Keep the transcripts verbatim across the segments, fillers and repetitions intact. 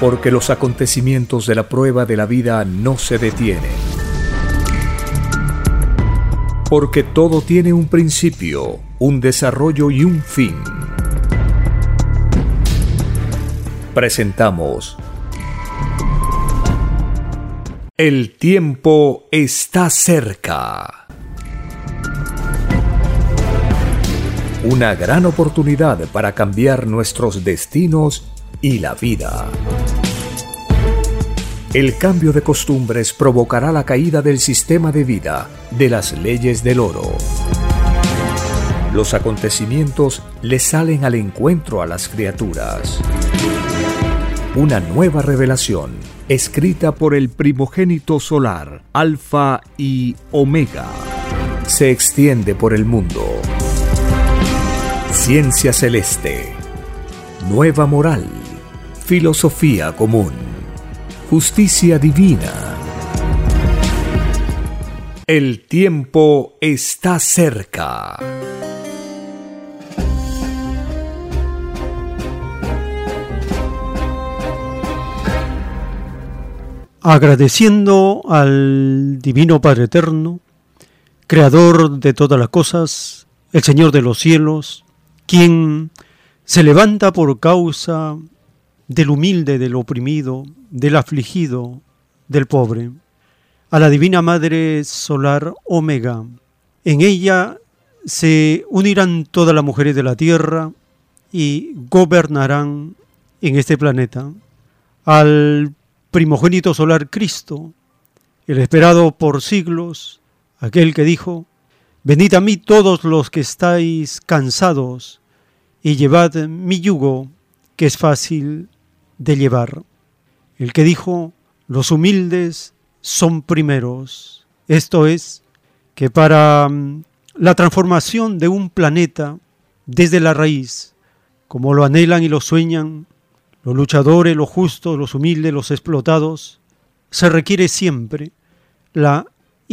Porque los acontecimientos de la prueba de la vida no se detienen. Porque todo tiene un principio, un desarrollo y un fin. Presentamos El tiempo está cerca. Una gran oportunidad para cambiar nuestros destinos y la vida. El cambio de costumbres provocará la caída del sistema de vida, de las leyes del oro. Los acontecimientos le salen al encuentro a las criaturas. Una nueva revelación, escrita por el primogénito solar, Alfa y Omega, se extiende por el mundo. Ciencia celeste, nueva moral, filosofía común, justicia divina. El tiempo está cerca. Agradeciendo al Divino Padre Eterno, Creador de todas las cosas, el Señor de los cielos, quien se levanta por causa del humilde, del oprimido, del afligido, del pobre, a la Divina Madre Solar Omega. En ella se unirán todas las mujeres de la tierra y gobernarán en este planeta. Al primogénito solar Cristo, el esperado por siglos, aquel que dijo: venid a mí todos los que estáis cansados y llevad mi yugo, que es fácil de llevar. El que dijo: los humildes son primeros. Esto es, que para la transformación de un planeta desde la raíz, como lo anhelan y lo sueñan los luchadores, los justos, los humildes, los explotados, se requiere siempre la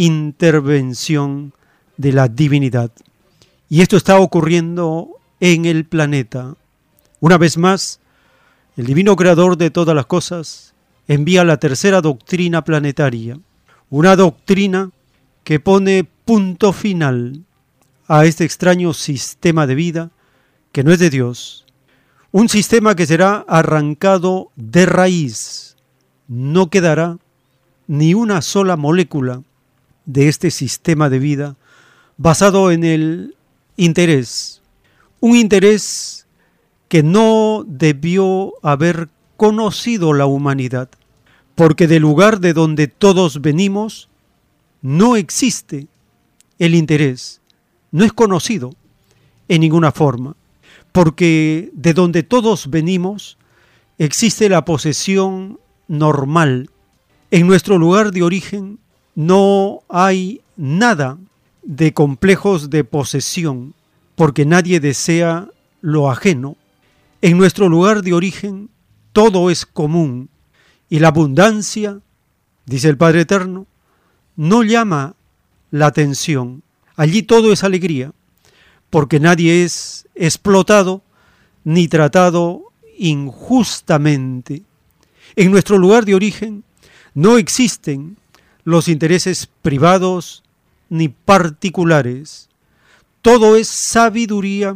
intervención de la divinidad. Y esto está ocurriendo en el planeta. Una vez más, el divino creador de todas las cosas envía la tercera doctrina planetaria, una doctrina que pone punto final a este extraño sistema de vida que no es de Dios. Un sistema que será arrancado de raíz. No quedará ni una sola molécula de este sistema de vida basado en el interés. Un interés que no debió haber conocido la humanidad, porque del lugar de donde todos venimos no existe el interés, no es conocido en ninguna forma. Porque de donde todos venimos existe la posesión normal. En nuestro lugar de origen no hay nada de complejos de posesión, porque nadie desea lo ajeno. En nuestro lugar de origen todo es común, y la abundancia, dice el Padre Eterno, no llama la atención. Allí todo es alegría, porque nadie es explotado ni tratado injustamente. En nuestro lugar de origen no existen los intereses privados ni particulares. Todo es sabiduría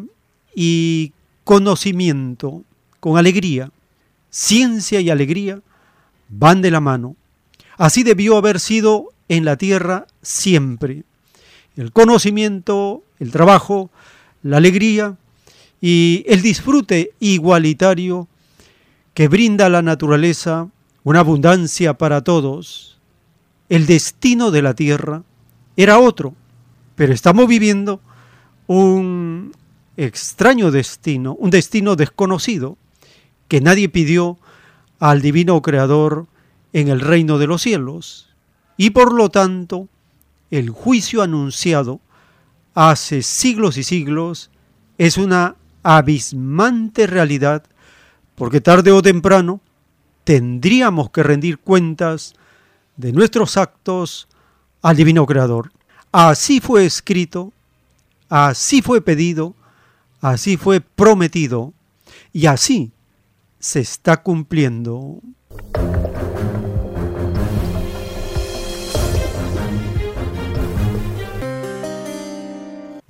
y conocimiento, con alegría. Ciencia y alegría van de la mano. Así debió haber sido en la tierra siempre. El conocimiento, el trabajo, la alegría y el disfrute igualitario que brinda la naturaleza, una abundancia para todos. El destino de la tierra era otro, pero estamos viviendo un extraño destino, un destino desconocido que nadie pidió al divino creador en el reino de los cielos, y por lo tanto el juicio anunciado hace siglos y siglos es una abismante realidad, porque tarde o temprano tendríamos que rendir cuentas de nuestros actos al divino creador. Así fue escrito, así fue pedido, así fue prometido, y así se está cumpliendo.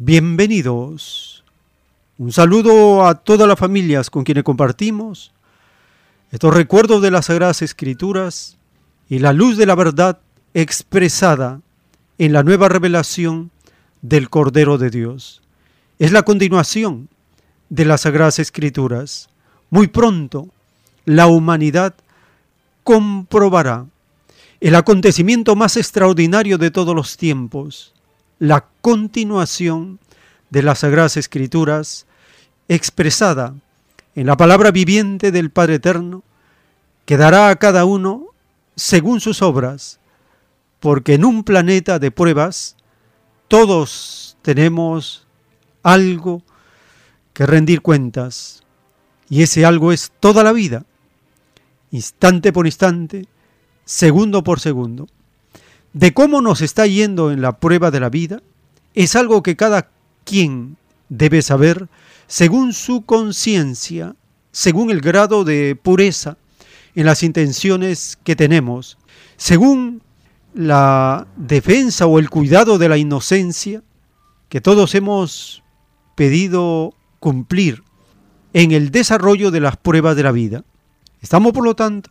bienvenidos. Un saludo a todas las familias con quienes compartimos estos recuerdos de las Sagradas Escrituras y la luz de la verdad expresada en la nueva revelación del Cordero de Dios. Es la continuación de las Sagradas Escrituras. Muy pronto la humanidad comprobará el acontecimiento más extraordinario de todos los tiempos, la continuación de las Sagradas Escrituras expresada en la palabra viviente del Padre Eterno, que dará a cada uno según sus obras, porque en un planeta de pruebas todos tenemos algo que rendir cuentas, y ese algo es toda la vida, instante por instante, segundo por segundo. De cómo nos está yendo en la prueba de la vida, es algo que cada quien debe saber según su conciencia, según el grado de pureza en las intenciones que tenemos, según la defensa o el cuidado de la inocencia que todos hemos pedido cumplir en el desarrollo de las pruebas de la vida. Estamos, por lo tanto,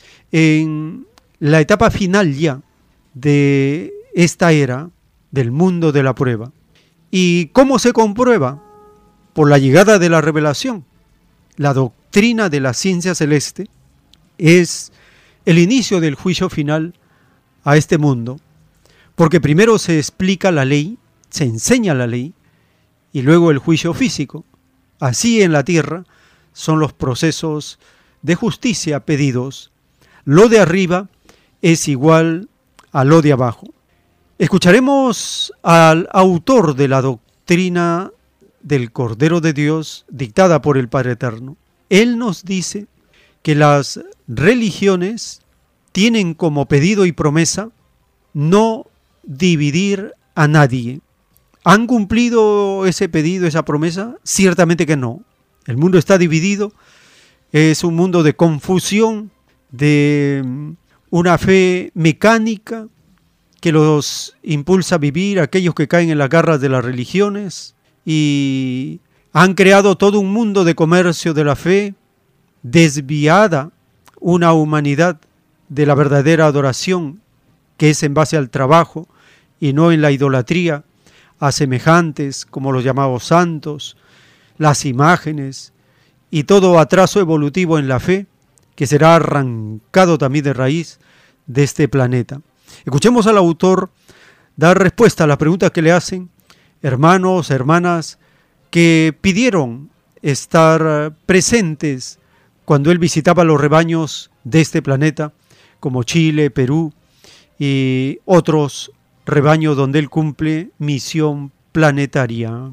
en la etapa final ya de esta era del mundo de la prueba. ¿Y cómo se comprueba? Por la llegada de la revelación. La doctrina de la ciencia celeste es el inicio del juicio final a este mundo, porque primero se explica la ley, se enseña la ley, y luego el juicio físico. Así en la tierra son los procesos de justicia pedidos. Lo de arriba es igual a lo de abajo. Escucharemos al autor de la doctrina del Cordero de Dios dictada por el Padre Eterno. Él nos dice que las religiones tienen como pedido y promesa no dividir a nadie. ¿Han cumplido ese pedido, esa promesa? Ciertamente que no. El mundo está dividido, es un mundo de confusión, de una fe mecánica que los impulsa a vivir aquellos que caen en las garras de las religiones, y han creado todo un mundo de comercio de la fe, desviada una humanidad de la verdadera adoración, que es en base al trabajo y no en la idolatría a semejantes, como los llamados santos, las imágenes y todo atraso evolutivo en la fe, que será arrancado también de raíz de este planeta. Escuchemos al autor dar respuesta a las preguntas que le hacen hermanos, hermanas, que pidieron estar presentes cuando él visitaba los rebaños de este planeta, como Chile, Perú y otros rebaños donde él cumple misión planetaria.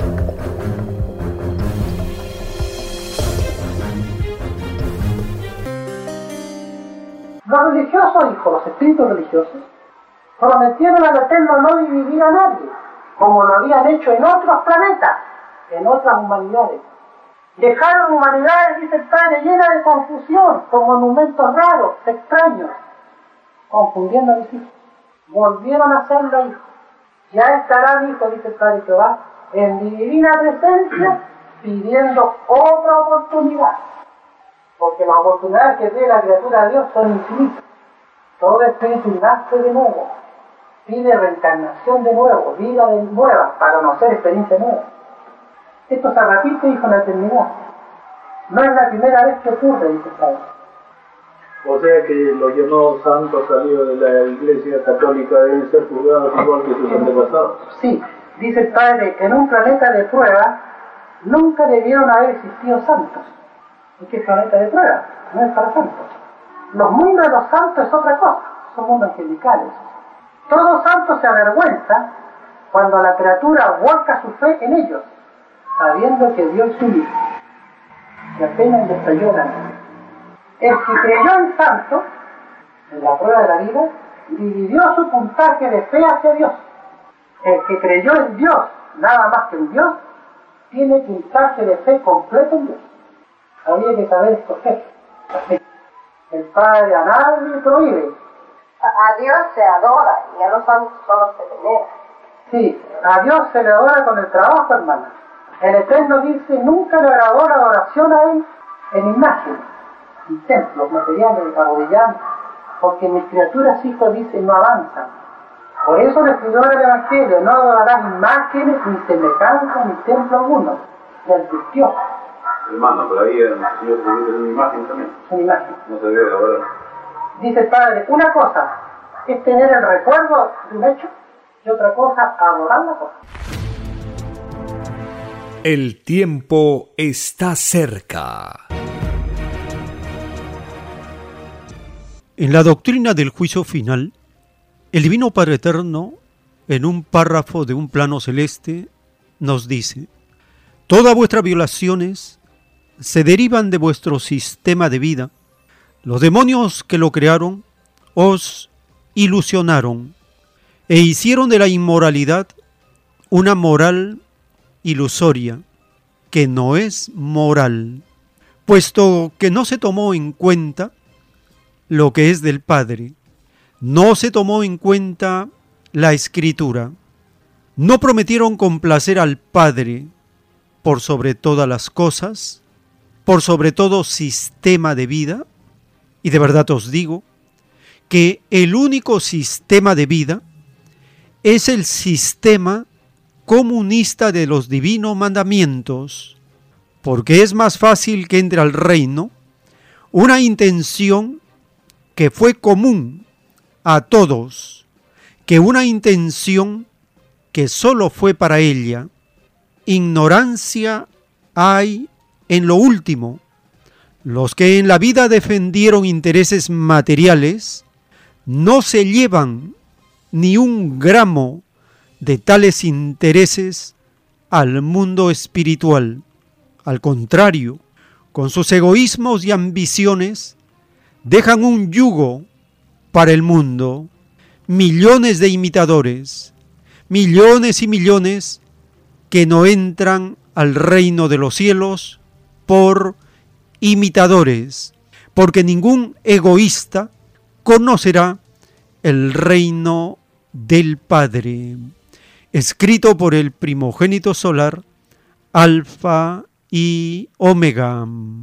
Los religiosos, hijos, los espíritus religiosos, prometieron al Eterno no dividir a nadie, como lo habían hecho en otros planetas, en otras humanidades. Dejaron humanidades, dice el Padre, llenas de confusión, con monumentos raros, extraños, confundiendo a mis hijos. Volvieron a serlo hijos. Ya estarán, hijos, dice el Padre Jehová, en mi divina presencia, pidiendo otra oportunidad. Porque las oportunidades que tiene la criatura de Dios son infinitas. Todo espíritu nace de nuevo, pide reencarnación de nuevo, vida de nueva, para conocer experiencia nueva. Esto se repite, hijo, en la eternidad. No es la primera vez que ocurre, dice el Padre. O sea que los llamados santos salidos de la Iglesia Católica deben ser juzgados igual que sus antepasados. Sí, dice el Padre, en un planeta de prueba nunca debieron haber existido santos. ¿Y qué planeta de prueba? No es para santos. Los mundos de los santos es otra cosa, son mundos angelicales. Todo santo se avergüenza cuando la criatura vuelca su fe en ellos, sabiendo que Dios es su hijo, y apenas les lloran. El que creyó en santo, en la prueba de la vida, dividió su puntaje de fe hacia Dios. El que creyó en Dios, nada más que en Dios, tiene puntaje de fe completo en Dios. Había que saber escoger. El Padre a nadie prohíbe. A Dios se adora y a los santos solo se venera. Sí, a Dios se le adora con el trabajo, hermana. El Eterno dice, nunca le agradó la adoración a Él en imágenes, en templos, materiales, arrodillados, porque mis criaturas, hijos, dice, no avanzan. Por eso le escribió en el Evangelio, no adorarán imágenes, ni semejanza, ni templo alguno. Le advirtió. Hermano, pero ahí el Señor se dice una imagen también. Una imagen. No se debe adorar. Dice el Padre, una cosa es tener el recuerdo de un hecho y otra cosa, adorar la cosa. El tiempo está cerca. En la doctrina del juicio final, el Divino Padre Eterno, en un párrafo de un plano celeste, nos dice: todas vuestras violaciones se derivan de vuestro sistema de vida. Los demonios que lo crearon os ilusionaron e hicieron de la inmoralidad una moral ilusoria, que no es moral, puesto que no se tomó en cuenta lo que es del Padre, no se tomó en cuenta la Escritura, no prometieron complacer al Padre por sobre todas las cosas, por sobre todo sistema de vida, y de verdad os digo que el único sistema de vida es el sistema comunista de los divinos mandamientos, porque es más fácil que entre al reino una intención que fue común a todos, que una intención que solo fue para ella. Ignorancia hay en lo último. Los que en la vida defendieron intereses materiales no se llevan ni un gramo de tales intereses al mundo espiritual. Al contrario, con sus egoísmos y ambiciones, dejan un yugo para el mundo, millones de imitadores, millones y millones que no entran al reino de los cielos por imitadores, porque ningún egoísta conocerá el reino del Padre. Escrito por el primogénito solar, Alfa y Omega.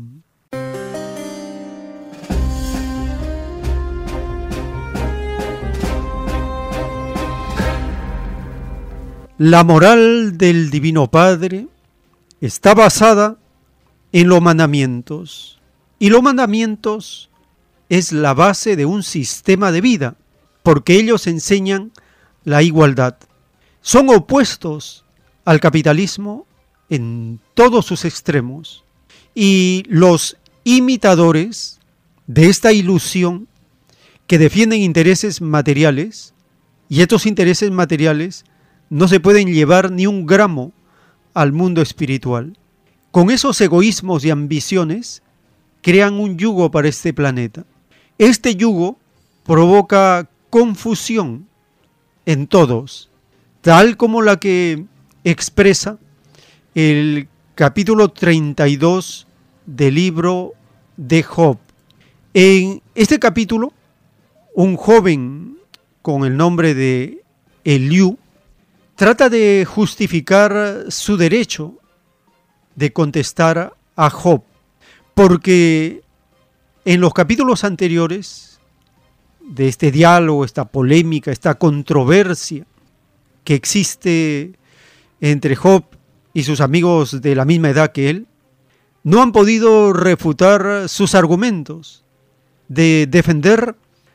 La moral del Divino Padre está basada en los mandamientos, y los mandamientos es la base de un sistema de vida, porque ellos enseñan la igualdad. Son opuestos al capitalismo en todos sus extremos, y los imitadores de esta ilusión que defienden intereses materiales, y estos intereses materiales no se pueden llevar ni un gramo al mundo espiritual. Con esos egoísmos y ambiciones crean un yugo para este planeta. Este yugo provoca confusión en todos, tal como la que expresa el capítulo treinta y dos del libro de Job. En este capítulo, un joven con el nombre de Eliú trata de justificar su derecho de contestar a Job, porque en los capítulos anteriores de este diálogo, esta polémica, esta controversia que existe entre Job y sus amigos de la misma edad que él, no han podido refutar sus argumentos de defender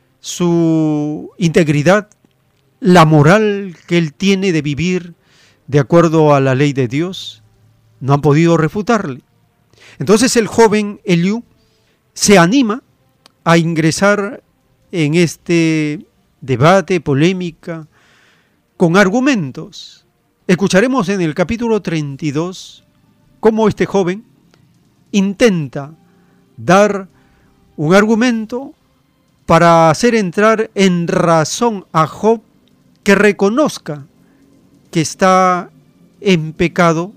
su integridad, la moral que él tiene de vivir de acuerdo a la ley de Dios. No han podido refutarle. Entonces el joven Eliú se anima a ingresar en este debate, polémica, con argumentos. Escucharemos en el capítulo treinta y dos cómo este joven intenta dar un argumento para hacer entrar en razón a Job, que reconozca que está en pecado,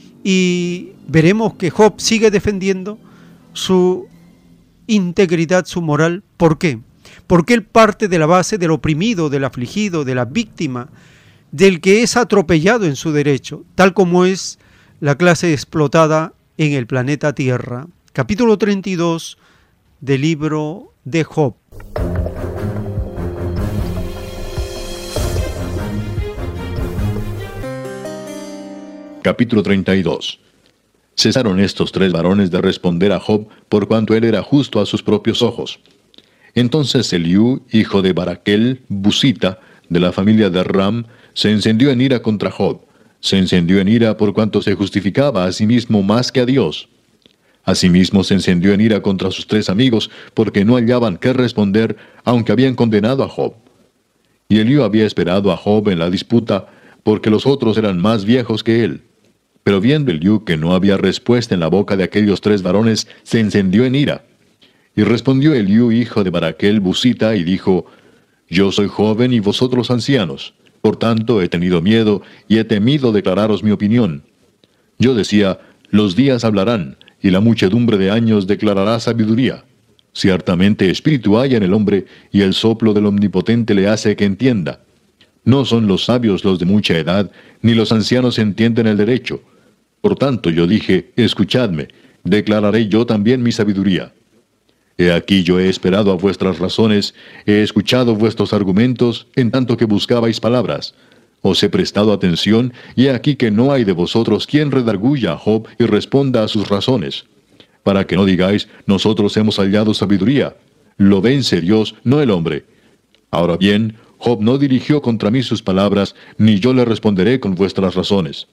y veremos que Job sigue defendiendo su integridad, su moral. ¿Por qué? Porque él parte de la base del oprimido, del afligido, de la víctima, del que es atropellado en su derecho, tal como es la clase explotada en el planeta Tierra. Capítulo treinta y dos del libro de Job. Capítulo treinta y dos. Cesaron estos tres varones de responder a Job por cuanto él era justo a sus propios ojos. Entonces Eliú, hijo de Baraquel, Busita, de la familia de Ram, se encendió en ira contra Job. Se encendió en ira por cuanto se justificaba a sí mismo más que a Dios. Asimismo se encendió en ira contra sus tres amigos, porque no hallaban qué responder, aunque habían condenado a Job. Y Eliú había esperado a Job en la disputa, porque los otros eran más viejos que él. Pero viendo Eliú que no había respuesta en la boca de aquellos tres varones, se encendió en ira. Y respondió Eliú, hijo de Baraquel, Busita, y dijo: Yo soy joven y vosotros ancianos. Por tanto he tenido miedo y he temido declararos mi opinión. Yo decía: Los días hablarán, y la muchedumbre de años declarará sabiduría. Ciertamente espíritu hay en el hombre, y el soplo del Omnipotente le hace que entienda. No son los sabios los de mucha edad, ni los ancianos entienden el derecho. Por tanto yo dije: Escuchadme, declararé yo también mi sabiduría. He aquí yo he esperado a vuestras razones, he escuchado vuestros argumentos, en tanto que buscabais palabras. Os he prestado atención, y he aquí que no hay de vosotros quien redarguya a Job y responda a sus razones. Para que no digáis: nosotros hemos hallado sabiduría. Lo vence Dios, no el hombre. Ahora bien, Job no dirigió contra mí sus palabras, ni yo le responderé con vuestras razones.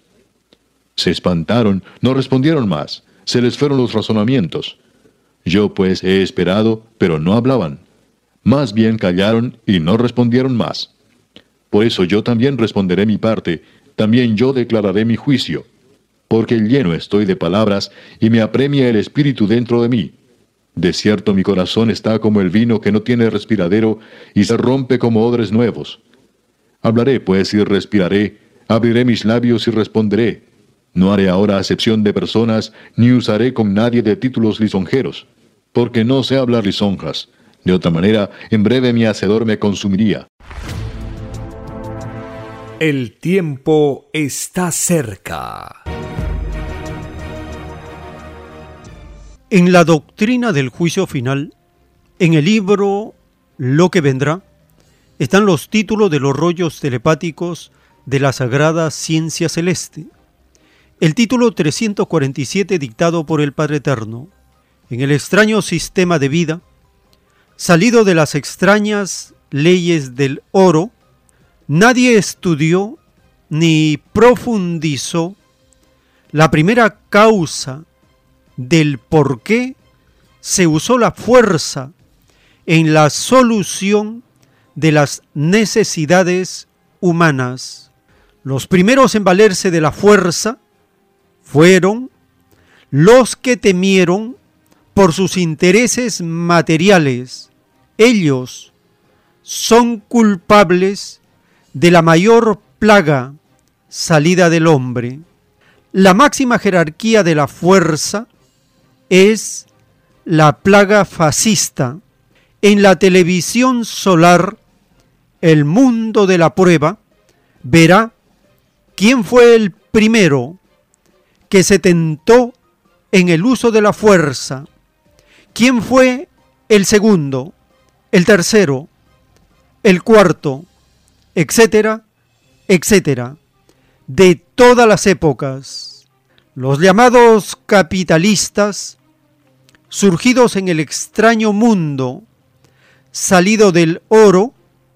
Se espantaron, no respondieron más, se les fueron los razonamientos. Yo pues he esperado, pero no hablaban. Más bien callaron y no respondieron más. Por eso yo también responderé mi parte, también yo declararé mi juicio. Porque lleno estoy de palabras, y me apremia el espíritu dentro de mí. De cierto mi corazón está como el vino que no tiene respiradero, y se rompe como odres nuevos. Hablaré pues y respiraré, abriré mis labios y responderé. No haré ahora acepción de personas, ni usaré con nadie de títulos lisonjeros, porque no sé hablar lisonjas. De otra manera, en breve mi hacedor me consumiría. El tiempo está cerca. En la doctrina del juicio final, en el libro Lo que vendrá, están los títulos de los rollos telepáticos de la Sagrada Ciencia Celeste. El título trescientos cuarenta y siete dictado por el Padre Eterno: en el extraño sistema de vida, salido de las extrañas leyes del oro, nadie estudió ni profundizó la primera causa del por qué se usó la fuerza en la solución de las necesidades humanas. Los primeros en valerse de la fuerza fueron los que temieron por sus intereses materiales. Ellos son culpables de la mayor plaga salida del hombre. La máxima jerarquía de la fuerza es la plaga fascista. En la televisión solar, El Mundo de la Prueba verá quién fue el primero que se tentó en el uso de la fuerza, quién fue el segundo, el tercero, el cuarto, etcétera, etcétera, de todas las épocas. Los llamados capitalistas, surgidos en el extraño mundo, salido del oro,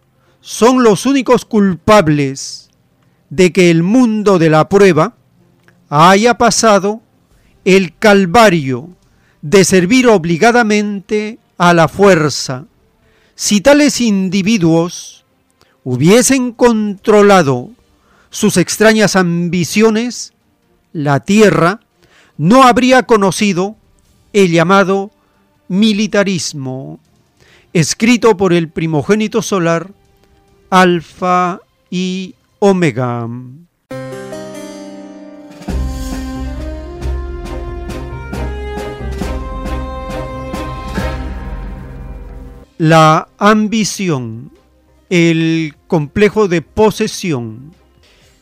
son los únicos culpables de que el mundo de la prueba haya pasado el calvario de servir obligadamente a la fuerza. Si tales individuos hubiesen controlado sus extrañas ambiciones, la Tierra no habría conocido el llamado militarismo, escrito por el primogénito solar, Alfa y Omega. La ambición, el complejo de posesión,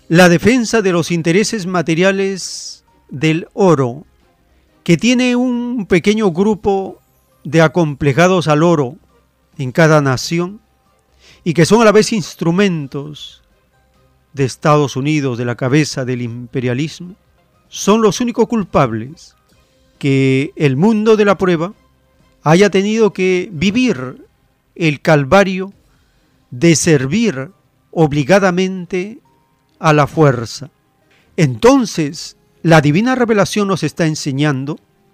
la defensa de los intereses materiales del oro, que tiene un pequeño grupo de acomplejados al oro en cada nación y que son a la vez instrumentos de Estados Unidos, de la cabeza del imperialismo, son los únicos culpables que el mundo de la prueba haya tenido que vivir el calvario de servir obligadamente a la fuerza. Entonces, la divina revelación nos está enseñando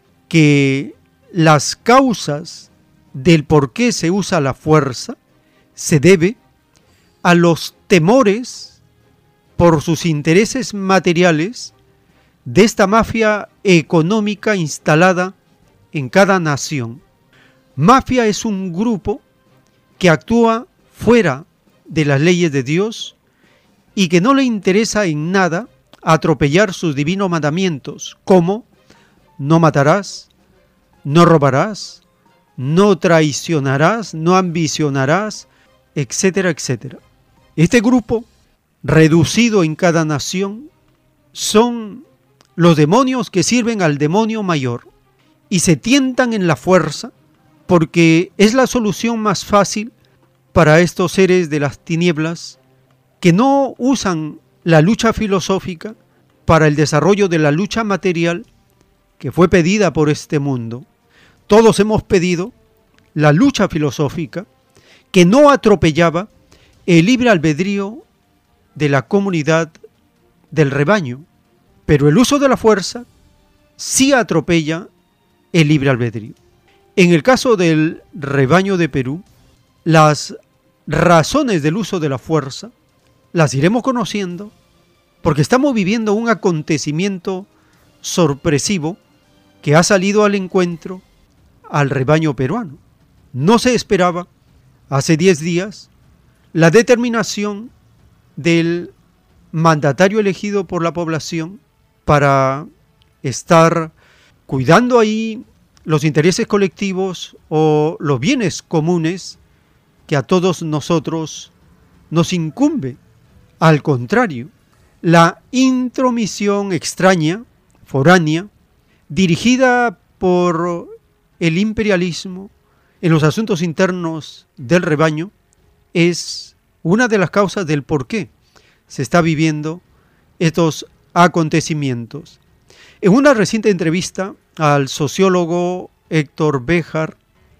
que las causas del por qué se usa la fuerza se debe a los temores por sus intereses materiales de esta mafia económica instalada en cada nación. Mafia es un grupo que actúa fuera de las leyes de Dios y que no le interesa en nada atropellar sus divinos mandamientos, como no matarás, no robarás, no traicionarás, no ambicionarás, etcétera, etcétera. Este grupo, reducido en cada nación, son los demonios que sirven al demonio mayor y se tientan en la fuerza porque es la solución más fácil para estos seres de las tinieblas que no usan la lucha filosófica para el desarrollo de la lucha material que fue pedida por este mundo. Todos hemos pedido la lucha filosófica que no atropellaba el libre albedrío de la comunidad del rebaño, pero el uso de la fuerza sí atropella el libre albedrío. En el caso del rebaño de Perú, las razones del uso de la fuerza las iremos conociendo porque estamos viviendo un acontecimiento sorpresivo que ha salido al encuentro al rebaño peruano. No se esperaba hace diez días la determinación del mandatario elegido por la población para estar cuidando ahí los intereses colectivos o los bienes comunes que a todos nosotros nos incumbe. Al contrario, la intromisión extraña, foránea, dirigida por el imperialismo en los asuntos internos del rebaño, es una de las causas del por qué se está viviendo estos acontecimientos. En una reciente entrevista al sociólogo Héctor Béjar,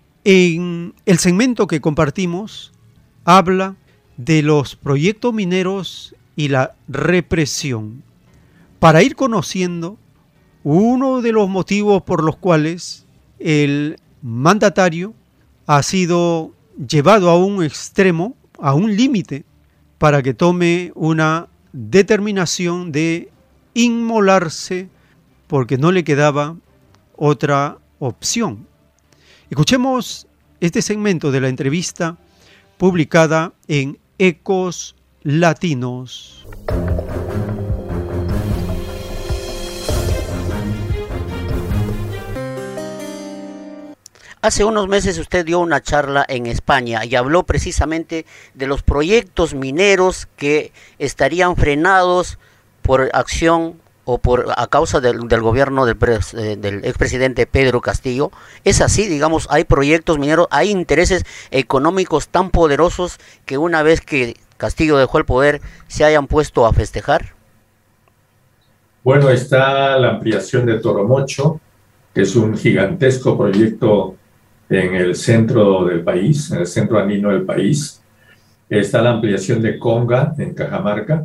en el segmento que compartimos, habla de los proyectos mineros y la represión, para ir conociendo uno de los motivos por los cuales el mandatario ha sido llevado a un extremo, a un límite, para que tome una determinación de inmolarse porque no le quedaba otra opción. Escuchemos este segmento de la entrevista publicada en Ecos Latinos. Hace unos meses usted dio una charla en España y habló precisamente de los proyectos mineros que estarían frenados por acción o por a causa del, del gobierno del, pres, eh, del expresidente Pedro Castillo. Es así, digamos, hay proyectos mineros, hay intereses económicos tan poderosos que una vez que Castillo dejó el poder se hayan puesto a festejar. Bueno, está la ampliación de Toromocho, que es un gigantesco proyecto en el centro del país, en el centro andino del país. Está la ampliación de Conga, en Cajamarca.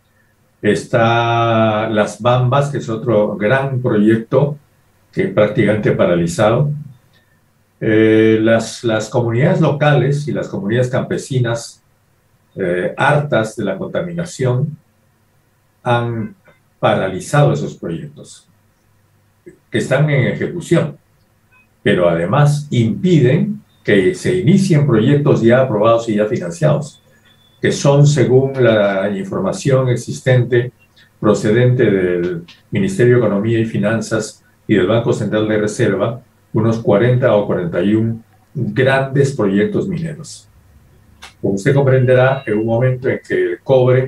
Está Las Bambas, que es otro gran proyecto que prácticamente paralizado. Eh, las, las comunidades locales y las comunidades campesinas, eh, hartas de la contaminación, han paralizado esos proyectos que están en ejecución, pero además impiden que se inicien proyectos ya aprobados y ya financiados, que son, según la información existente procedente del Ministerio de Economía y Finanzas y del Banco Central de Reserva, unos cuarenta o cuarenta y uno grandes proyectos mineros. Como usted comprenderá, en un momento en que el cobre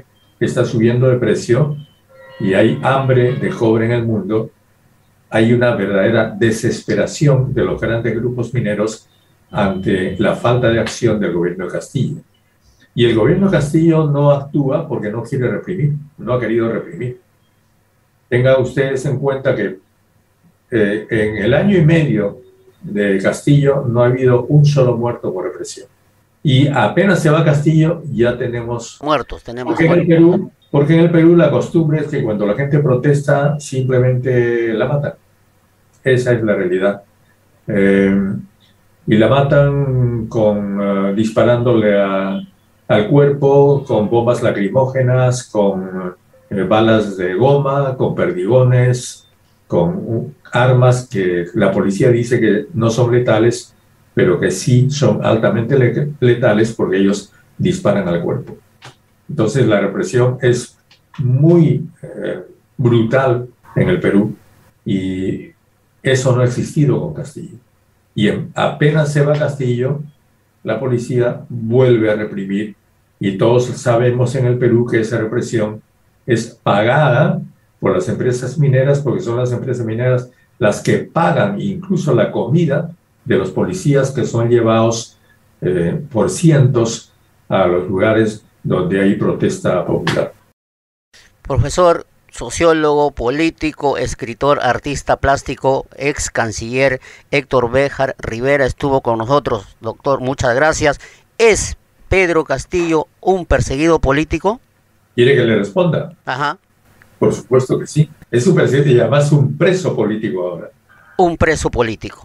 está subiendo de precio y hay hambre de cobre en el mundo, hay una verdadera desesperación de los grandes grupos mineros ante la falta de acción del gobierno de Castillo. Y el gobierno de Castillo no actúa porque no quiere reprimir, no ha querido reprimir. Tengan ustedes en cuenta que eh, en el año y medio de Castillo no ha habido un solo muerto por represión. Y apenas se va Castillo ya tenemos muertos. Tenemos porque en el Perú, porque en el Perú la costumbre es que cuando la gente protesta simplemente la matan. Esa es la realidad. Eh, y la matan con uh, disparándole a, al cuerpo, con bombas lacrimógenas, con eh, balas de goma, con perdigones, con uh, armas que la policía dice que no son letales, pero que sí son altamente letales porque ellos disparan al cuerpo. Entonces la represión es muy eh, brutal en el Perú y eso no ha existido con Castillo. Y en, apenas se va Castillo, la policía vuelve a reprimir y todos sabemos en el Perú que esa represión es pagada por las empresas mineras porque son las empresas mineras las que pagan incluso la comida de los policías que son llevados eh, por cientos a los lugares donde hay protesta popular. Profesor, sociólogo, político, escritor, artista plástico, ex canciller Héctor Béjar Rivera estuvo con nosotros. Doctor, muchas gracias. ¿Es Pedro Castillo un perseguido político? ¿Quiere que le responda? Ajá. Por supuesto que sí. Es un presidente y además un preso político ahora. Un preso político.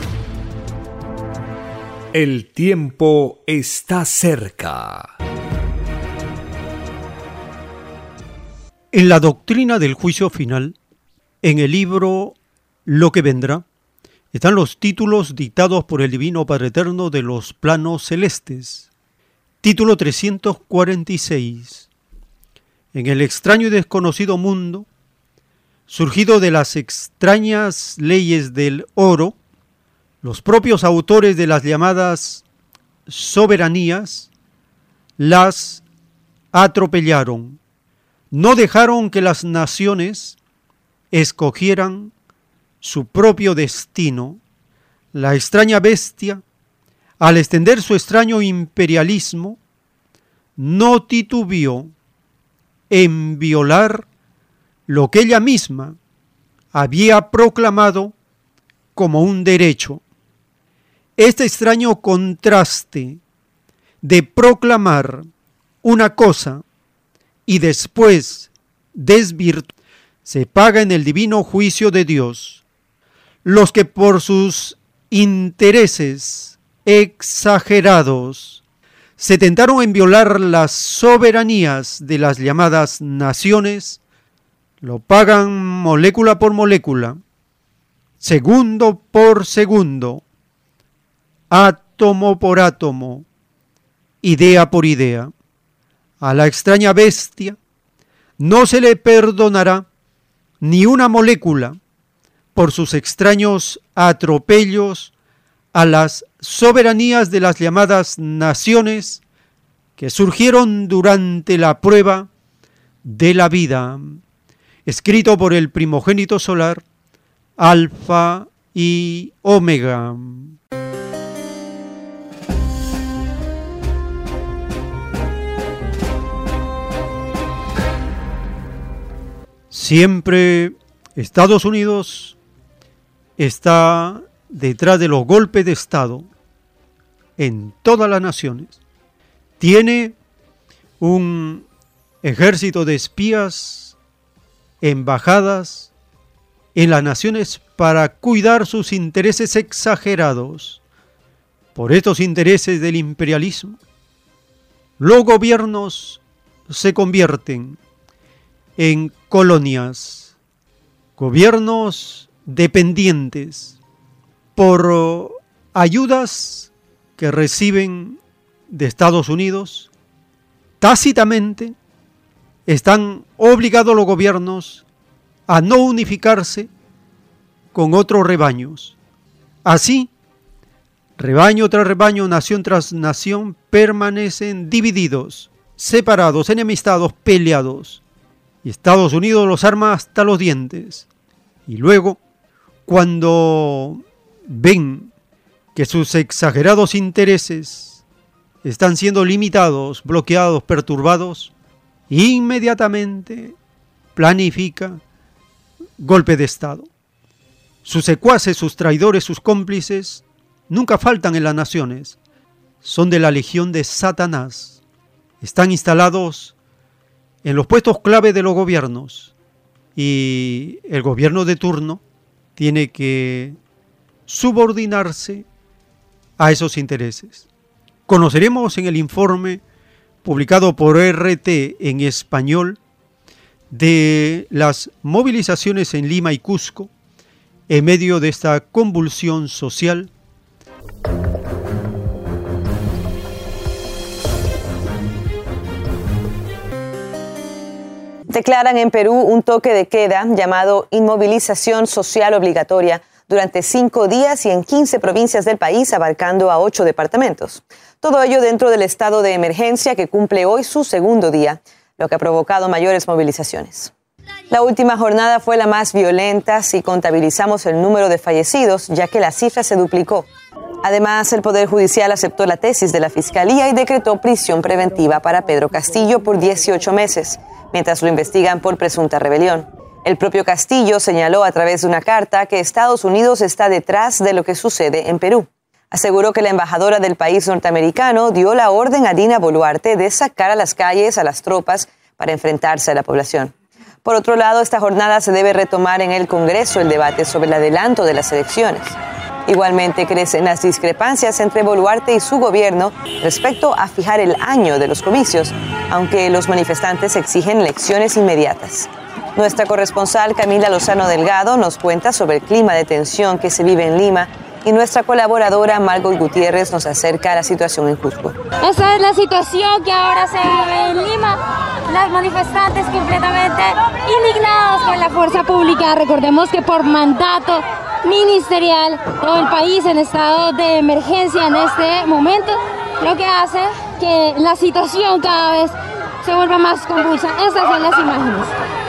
El tiempo está cerca. En la doctrina del juicio final, en el libro Lo que vendrá, están los títulos dictados por el Divino Padre Eterno de los planos celestes. Título trescientos cuarenta y seis. En el extraño y desconocido mundo, surgido de las extrañas leyes del oro, los propios autores de las llamadas soberanías las atropellaron. No dejaron que las naciones escogieran su propio destino. La extraña bestia, al extender su extraño imperialismo, no titubeó en violar lo que ella misma había proclamado como un derecho. Este extraño contraste de proclamar una cosa y después desvirtuar se paga en el divino juicio de Dios. Los que por sus intereses exagerados se tentaron en violar las soberanías de las llamadas naciones, lo pagan molécula por molécula, segundo por segundo, átomo por átomo, idea por idea. A la extraña bestia no se le perdonará ni una molécula por sus extraños atropellos a las soberanías de las llamadas naciones que surgieron durante la prueba de la vida. Escrito por el primogénito solar, Alfa y Omega. Siempre Estados Unidos está detrás de los golpes de Estado en todas las naciones. Tiene un ejército de espías, embajadas en las naciones para cuidar sus intereses exagerados. Por estos intereses del imperialismo, los gobiernos se convierten en colonias, gobiernos dependientes por ayudas que reciben de Estados Unidos. Tácitamente están obligados los gobiernos a no unificarse con otros rebaños. Así, rebaño tras rebaño, nación tras nación, permanecen divididos separados, enemistados, peleados. Y Estados Unidos los arma hasta los dientes. Y luego, cuando ven que sus exagerados intereses están siendo limitados, bloqueados, perturbados, inmediatamente planifica golpe de Estado. Sus secuaces, sus traidores, sus cómplices nunca faltan en las naciones. Son de la legión de Satanás. Están instalados en los puestos clave de los gobiernos. Y el gobierno de turno tiene que subordinarse a esos intereses. Conoceremos en el informe publicado por R T en español de las movilizaciones en Lima y Cusco en medio de esta convulsión social. Declaran en Perú un toque de queda llamado inmovilización social obligatoria durante cinco días y en quince provincias del país, abarcando a ocho departamentos. Todo ello dentro del estado de emergencia que cumple hoy su segundo día, lo que ha provocado mayores movilizaciones. La última jornada fue la más violenta si contabilizamos el número de fallecidos, ya que la cifra se duplicó. Además, el Poder Judicial aceptó la tesis de la Fiscalía y decretó prisión preventiva para Pedro Castillo por dieciocho meses, mientras lo investigan por presunta rebelión. El propio Castillo señaló a través de una carta que Estados Unidos está detrás de lo que sucede en Perú. Aseguró que la embajadora del país norteamericano dio la orden a Dina Boluarte de sacar a las calles a las tropas para enfrentarse a la población. Por otro lado, esta jornada se debe retomar en el Congreso el debate sobre el adelanto de las elecciones. Igualmente crecen las discrepancias entre Boluarte y su gobierno respecto a fijar el año de los comicios, aunque los manifestantes exigen elecciones inmediatas. Nuestra corresponsal Camila Lozano Delgado nos cuenta sobre el clima de tensión que se vive en Lima y nuestra colaboradora Margot Gutiérrez nos acerca a la situación en Cusco. Esa es la situación que ahora se vive en Lima. Las manifestantes completamente indignados con la fuerza pública. Recordemos que por mandato ministerial todo el país en estado de emergencia en este momento, lo que hace que la situación cada vez se vuelva más convulsa. Estas son las imágenes.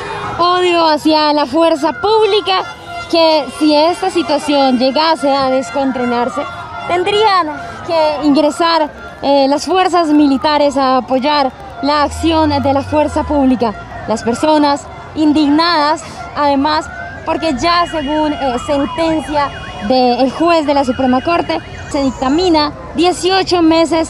Odio hacia la fuerza pública, que si esta situación llegase a descontrolarse, tendrían que ingresar eh, las fuerzas militares a apoyar la acción de la fuerza pública. Las personas indignadas, además, porque ya según eh, sentencia del juez de la Suprema Corte, se dictamina dieciocho meses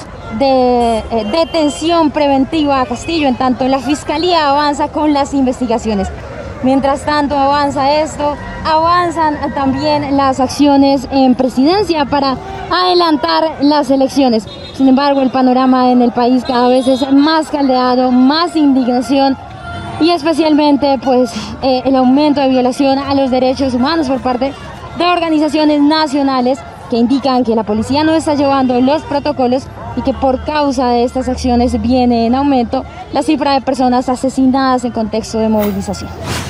de eh, detención preventiva a Castillo, en tanto la Fiscalía avanza con las investigaciones. Mientras tanto avanza esto, avanzan también las acciones en presidencia para adelantar las elecciones. Sin embargo, el panorama en el país cada vez es más caldeado, más indignación y especialmente pues eh, el aumento de violación a los derechos humanos por parte de organizaciones nacionales que indican que la policía no está llevando los protocolos y que por causa de estas acciones viene en aumento la cifra de personas asesinadas en contexto de movilización.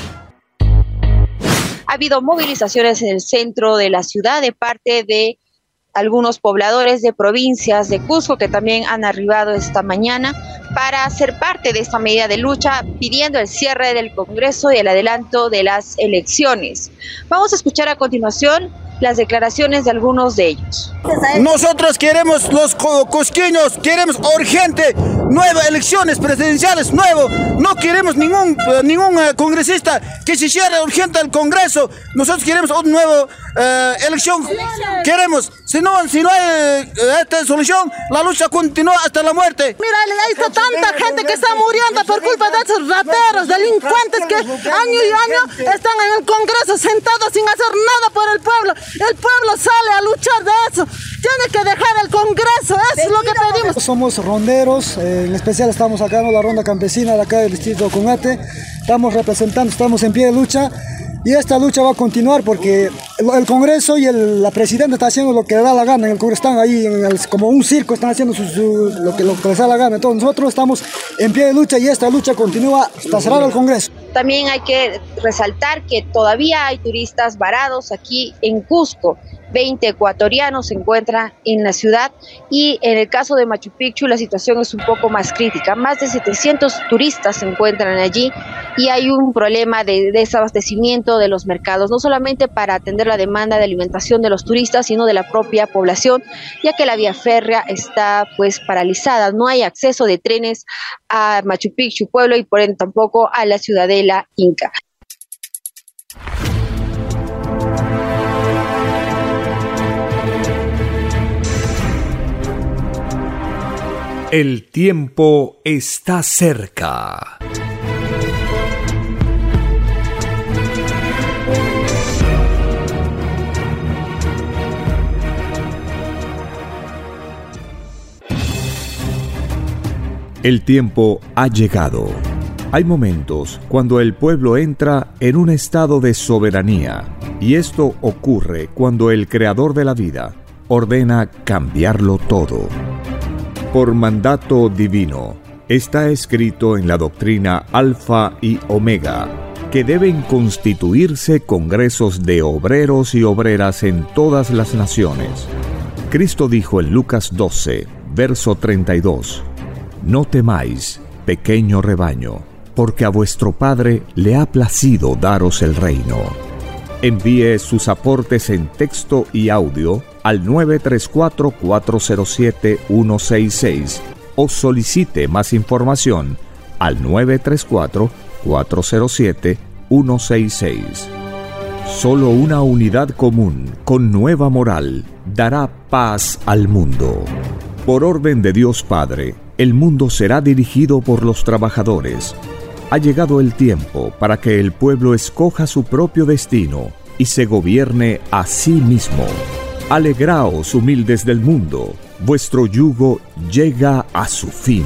Ha habido movilizaciones en el centro de la ciudad de parte de algunos pobladores de provincias de Cusco que también han arribado esta mañana para ser parte de esta medida de lucha, pidiendo el cierre del Congreso y el adelanto de las elecciones. Vamos a escuchar a continuación las declaraciones de algunos de ellos. Nosotros queremos, los cusqueños, queremos urgente nuevas elecciones presidenciales, nuevo. No queremos ningún, ningún uh, congresista que se cierre urgente el Congreso. Nosotros queremos una nueva uh, elección. Queremos, si no, si no hay uh, esta solución, la lucha continúa hasta la muerte. Mira, ahí está tanta gente que está muriendo por culpa de esos rateros, delincuentes que año y año están en el Congreso sentados sin hacer nada por el pueblo. El pueblo sale a luchar de eso. Tiene que dejar el Congreso, eso es lo que pedimos. Somos ronderos, eh, en especial estamos acá en la ronda campesina de acá del distrito de Cunate. Estamos representando, estamos en pie de lucha y esta lucha va a continuar porque el, el Congreso y el, la Presidenta están haciendo lo que les da la gana. En el Congreso están ahí en el, como un circo, están haciendo su, su, lo, que, lo que les da la gana. Entonces nosotros estamos en pie de lucha y esta lucha continúa hasta cerrar el Congreso. También hay que resaltar que todavía hay turistas varados aquí en Cusco veinte ecuatorianos se encuentran en la ciudad, y en el caso de Machu Picchu la situación es un poco más crítica. Más de setecientos turistas se encuentran allí y hay un problema de desabastecimiento de los mercados, no solamente para atender la demanda de alimentación de los turistas, sino de la propia población, ya que la vía férrea está pues paralizada. No hay acceso de trenes a Machu Picchu pueblo y por ende tampoco a la ciudadela inca. El tiempo está cerca. El tiempo ha llegado. Hay momentos cuando el pueblo entra en un estado de soberanía, y esto ocurre cuando el Creador de la vida ordena cambiarlo todo. Por mandato divino, está escrito en la doctrina Alfa y Omega, que deben constituirse congresos de obreros y obreras en todas las naciones. Cristo dijo en Lucas doce, verso treinta y dos, «No temáis, pequeño rebaño, porque a vuestro Padre le ha placido daros el reino». Envíe sus aportes en texto y audio al nueve tres cuatro, cuatro cero siete, uno seis seis o solicite más información al nueve tres cuatro, cuatro cero siete, uno seis seis. Solo una unidad común con nueva moral dará paz al mundo. Por orden de Dios Padre, el mundo será dirigido por los trabajadores. Ha llegado el tiempo para que el pueblo escoja su propio destino y se gobierne a sí mismo. Alegraos, humildes del mundo, vuestro yugo llega a su fin.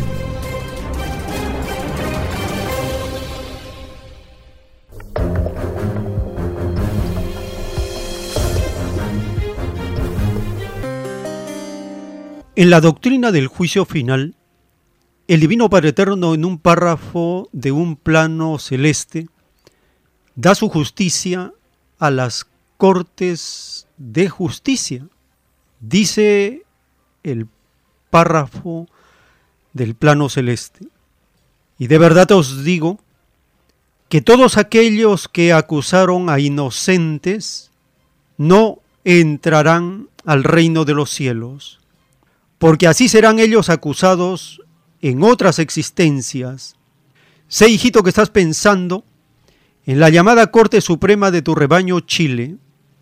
En la doctrina del juicio final, el Divino Padre Eterno, en un párrafo de un plano celeste, da su justicia a las cortes de justicia. Dice el párrafo del plano celeste: y de verdad os digo que todos aquellos que acusaron a inocentes no entrarán al reino de los cielos, porque así serán ellos acusados en otras existencias. Sé, hijito, que estás pensando en la llamada Corte Suprema de tu rebaño Chile.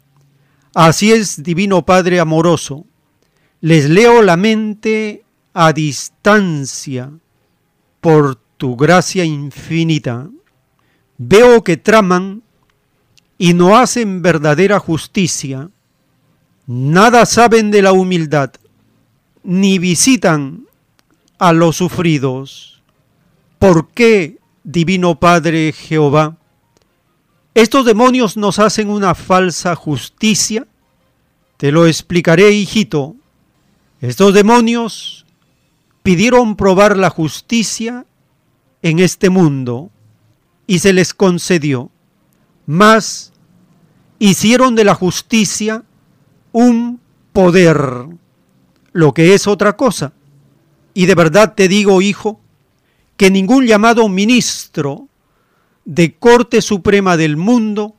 Así es, Divino Padre amoroso, les leo la mente a distancia por tu gracia infinita. Veo que traman y no hacen verdadera justicia. Nada saben de la humildad, ni visitan a los sufridos. ¿Por qué, Divino Padre Jehová, estos demonios nos hacen una falsa justicia? Te lo explicaré, hijito. Estos demonios pidieron probar la justicia en este mundo y se les concedió, mas hicieron de la justicia un poder, lo que es otra cosa. Y de verdad te digo, hijo, que ningún llamado ministro de Corte Suprema del mundo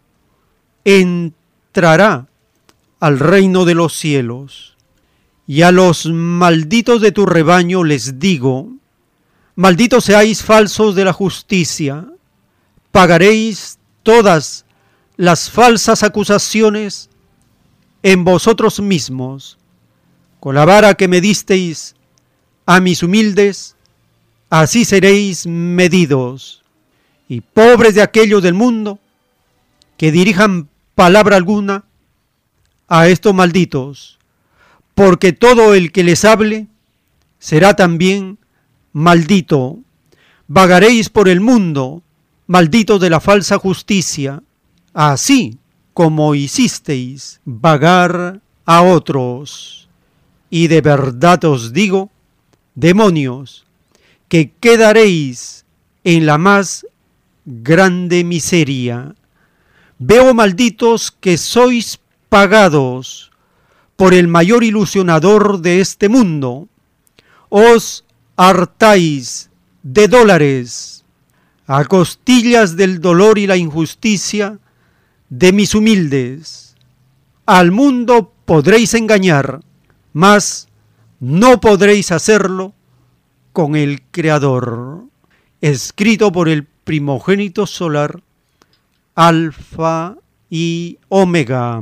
entrará al reino de los cielos. Y a los malditos de tu rebaño les digo: malditos seáis falsos de la justicia, pagaréis todas las falsas acusaciones en vosotros mismos. Con la vara que me disteis a mis humildes, así seréis medidos. Y pobres de aquellos del mundo que dirijan palabra alguna a estos malditos, porque todo el que les hable será también maldito. Vagaréis por el mundo, malditos de la falsa justicia, así como hicisteis vagar a otros. Y de verdad os digo, demonios, que quedaréis en la más grande miseria. Veo, malditos, que sois pagados por el mayor ilusionador de este mundo. Os hartáis de dólares, a costillas del dolor y la injusticia de mis humildes. Al mundo podréis engañar, mas no podréis hacerlo con el Creador. Escrito por el primogénito solar, Alfa y Omega.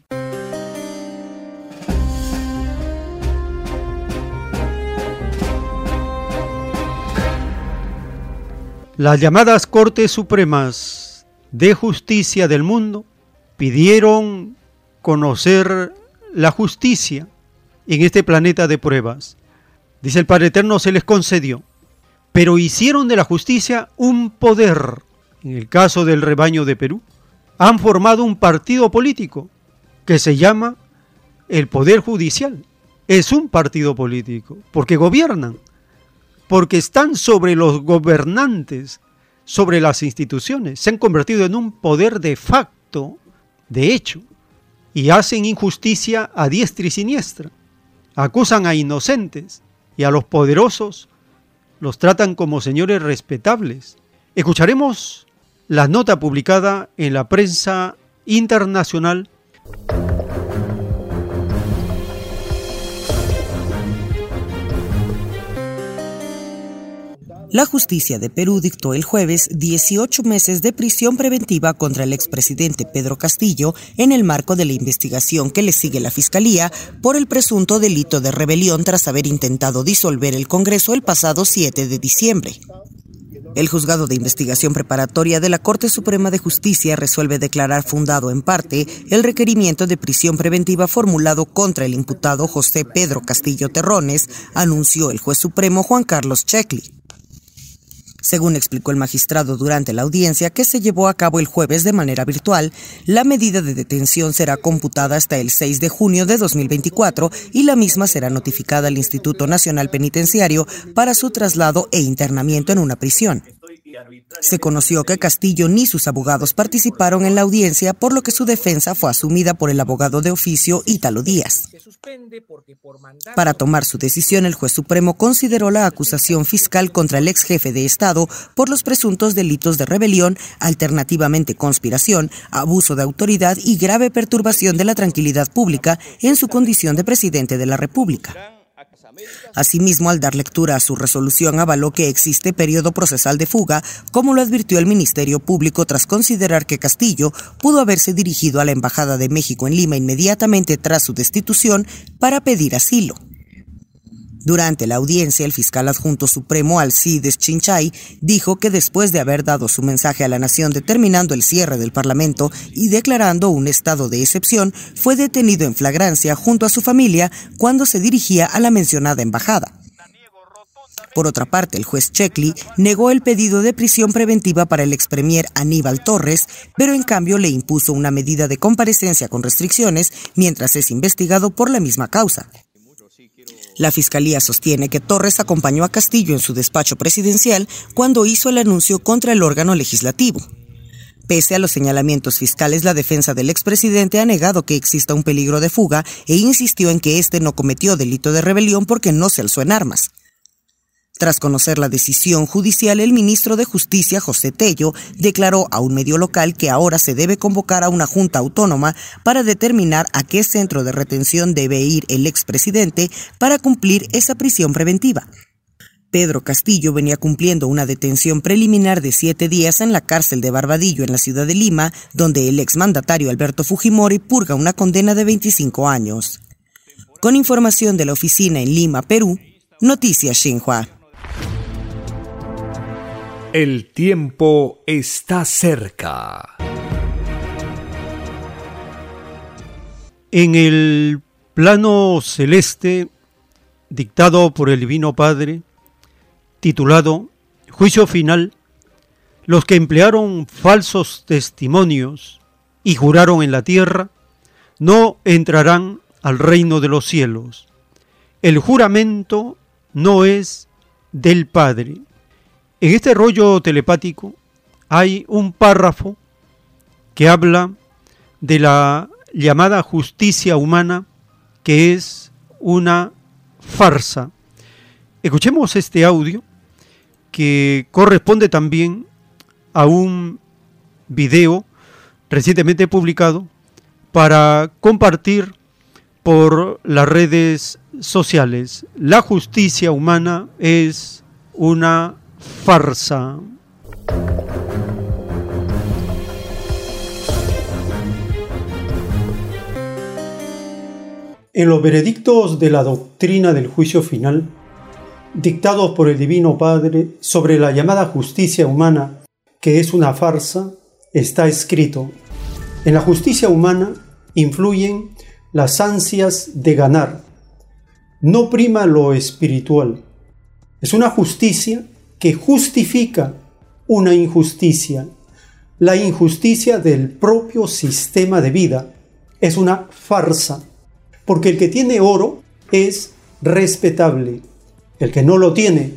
Las llamadas Cortes Supremas de Justicia del mundo pidieron conocer la justicia en este planeta de pruebas. Dice el Padre Eterno, se les concedió, pero hicieron de la justicia un poder. En el caso del rebaño de Perú, han formado un partido político que se llama el Poder Judicial. Es un partido político, porque gobiernan, porque están sobre los gobernantes, sobre las instituciones. Se han convertido en un poder de facto, de hecho, y hacen injusticia a diestra y siniestra. Acusan a inocentes y a los poderosos los tratan como señores respetables. Escucharemos la nota publicada en la prensa internacional. La justicia de Perú dictó el jueves dieciocho meses de prisión preventiva contra el expresidente Pedro Castillo en el marco de la investigación que le sigue la Fiscalía por el presunto delito de rebelión tras haber intentado disolver el Congreso el pasado siete de diciembre. El juzgado de investigación preparatoria de la Corte Suprema de Justicia resuelve declarar fundado en parte el requerimiento de prisión preventiva formulado contra el imputado José Pedro Castillo Terrones, anunció el juez supremo Juan Carlos Checli. Según explicó el magistrado durante la audiencia que se llevó a cabo el jueves de manera virtual, la medida de detención será computada hasta el seis de junio de dos mil veinticuatro y la misma será notificada al Instituto Nacional Penitenciario para su traslado e internamiento en una prisión. Se conoció que Castillo ni sus abogados participaron en la audiencia, por lo que su defensa fue asumida por el abogado de oficio Ítalo Díaz. Para tomar su decisión, el juez supremo consideró la acusación fiscal contra el ex jefe de Estado por los presuntos delitos de rebelión, alternativamente conspiración, abuso de autoridad y grave perturbación de la tranquilidad pública en su condición de presidente de la República. Asimismo, al dar lectura a su resolución, avaló que existe periodo procesal de fuga, como lo advirtió el Ministerio Público tras considerar que Castillo pudo haberse dirigido a la Embajada de México en Lima inmediatamente tras su destitución para pedir asilo. Durante la audiencia, el fiscal adjunto supremo Alcides Chinchay dijo que después de haber dado su mensaje a la nación determinando el cierre del Parlamento y declarando un estado de excepción, fue detenido en flagrancia junto a su familia cuando se dirigía a la mencionada embajada. Por otra parte, el juez Checli negó el pedido de prisión preventiva para el expremier Aníbal Torres, pero en cambio le impuso una medida de comparecencia con restricciones mientras es investigado por la misma causa. La Fiscalía sostiene que Torres acompañó a Castillo en su despacho presidencial cuando hizo el anuncio contra el órgano legislativo. Pese a los señalamientos fiscales, la defensa del expresidente ha negado que exista un peligro de fuga e insistió en que éste no cometió delito de rebelión porque no se alzó en armas. Tras conocer la decisión judicial, el ministro de Justicia, José Tello, declaró a un medio local que ahora se debe convocar a una junta autónoma para determinar a qué centro de retención debe ir el expresidente para cumplir esa prisión preventiva. Pedro Castillo venía cumpliendo una detención preliminar de siete días en la cárcel de Barbadillo, en la ciudad de Lima, donde el exmandatario Alberto Fujimori purga una condena de veinticinco años. Con información de la oficina en Lima, Perú, Noticias Xinhua. El tiempo está cerca. En el plano celeste, dictado por el Divino Padre, titulado Juicio Final, los que emplearon falsos testimonios y juraron en la tierra, no entrarán al reino de los cielos. El juramento no es del Padre. En este rollo telepático hay un párrafo que habla de la llamada justicia humana que es una farsa. Escuchemos este audio que corresponde también a un video recientemente publicado para compartir por las redes sociales. La justicia humana es una farsa. En los veredictos de la doctrina del juicio final, dictados por el Divino Padre sobre la llamada justicia humana, que es una farsa, está escrito: en la justicia humana influyen las ansias de ganar. No prima lo espiritual. Es una justicia que justifica una injusticia, la injusticia del propio sistema de vida. Es una farsa, porque el que tiene oro es respetable, el que no lo tiene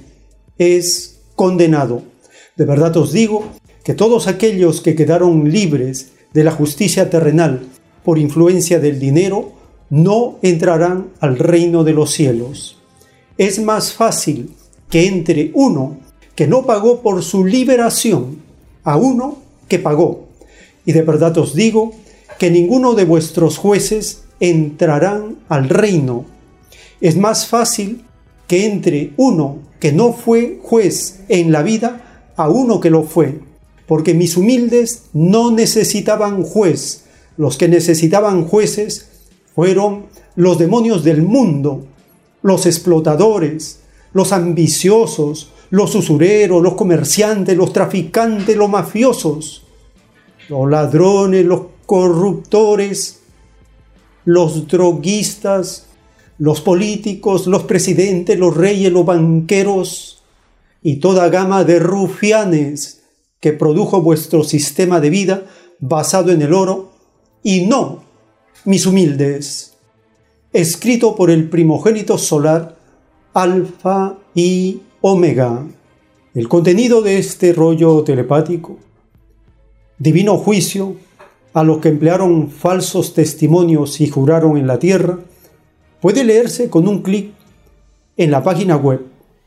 es condenado. De verdad os digo que todos aquellos que quedaron libres de la justicia terrenal por influencia del dinero no entrarán al reino de los cielos. Es más fácil que entre uno que no pagó por su liberación a uno que pagó. Y de verdad os digo que ninguno de vuestros jueces entrarán al reino. Es más fácil que entre uno que no fue juez en la vida a uno que lo fue, porque mis humildes no necesitaban juez. Los que necesitaban jueces fueron los demonios del mundo, los explotadores, los ambiciosos, los usureros, los comerciantes, los traficantes, los mafiosos, los ladrones, los corruptores, los droguistas, los políticos, los presidentes, los reyes, los banqueros y toda gama de rufianes que produjo vuestro sistema de vida basado en el oro, y no, mis humildes, escrito por el primogénito solar, Alfa y Omega. El contenido de este rollo telepático, divino juicio a los que emplearon falsos testimonios y juraron en la tierra, puede leerse con un clic en la página web.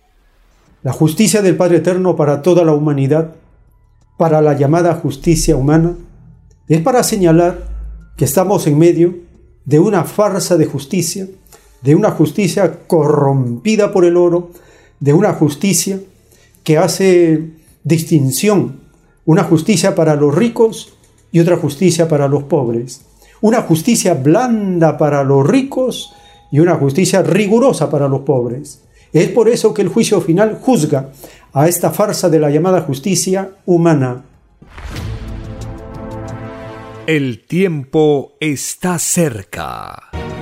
La justicia del Padre Eterno para toda la humanidad, para la llamada justicia humana, es para señalar que estamos en medio de una farsa de justicia, de una justicia corrompida por el oro, de una justicia que hace distinción, una justicia para los ricos y otra justicia para los pobres, una justicia blanda para los ricos y una justicia rigurosa para los pobres. Es por eso que el juicio final juzga a esta farsa de la llamada justicia humana. El tiempo está cerca.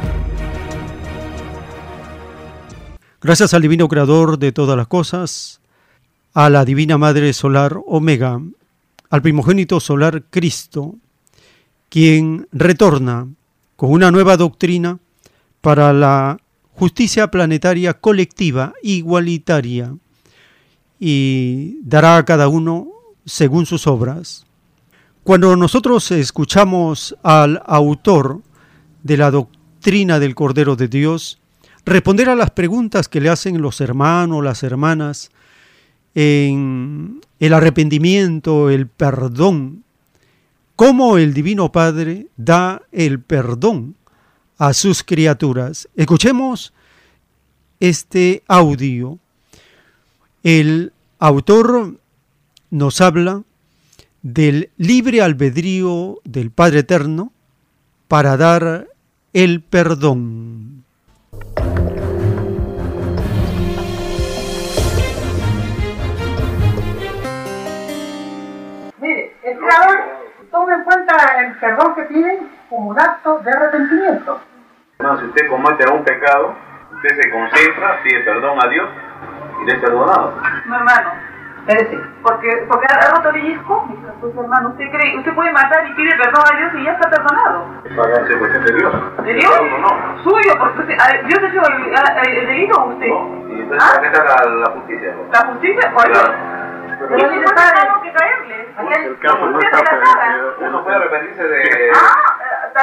Gracias al Divino Creador de todas las cosas, a la Divina Madre Solar Omega, al primogénito solar Cristo, quien retorna con una nueva doctrina para la justicia planetaria colectiva, igualitaria, y dará a cada uno según sus obras. Cuando nosotros escuchamos al autor de la doctrina del Cordero de Dios responder a las preguntas que le hacen los hermanos, las hermanas, en el arrepentimiento, el perdón, cómo el Divino Padre da el perdón a sus criaturas. Escuchemos este audio. El autor nos habla del libre albedrío del Padre Eterno para dar el perdón. Mire, el Creador toma en cuenta el perdón que piden como un acto de arrepentimiento. No, si usted comete un pecado, usted se concentra, pide perdón a Dios y le es perdonado. No, hermano. Espérese. Porque, porque ha roto el disco, pues hermano, usted cree, usted puede matar y pide perdón a Dios y ya está perdonado. Es cuestión de Dios. ¿De Dios? No, no. Suyo, porque usted, ¿Dios ha hecho el, el, el delito o usted? No, y entonces ¿Ah? ¿qué está la, la justicia? ¿No? ¿La justicia? Oye, claro. Pero si no tengo que caerle. El caso no está, uno puede arrepentirse de... Ah, tal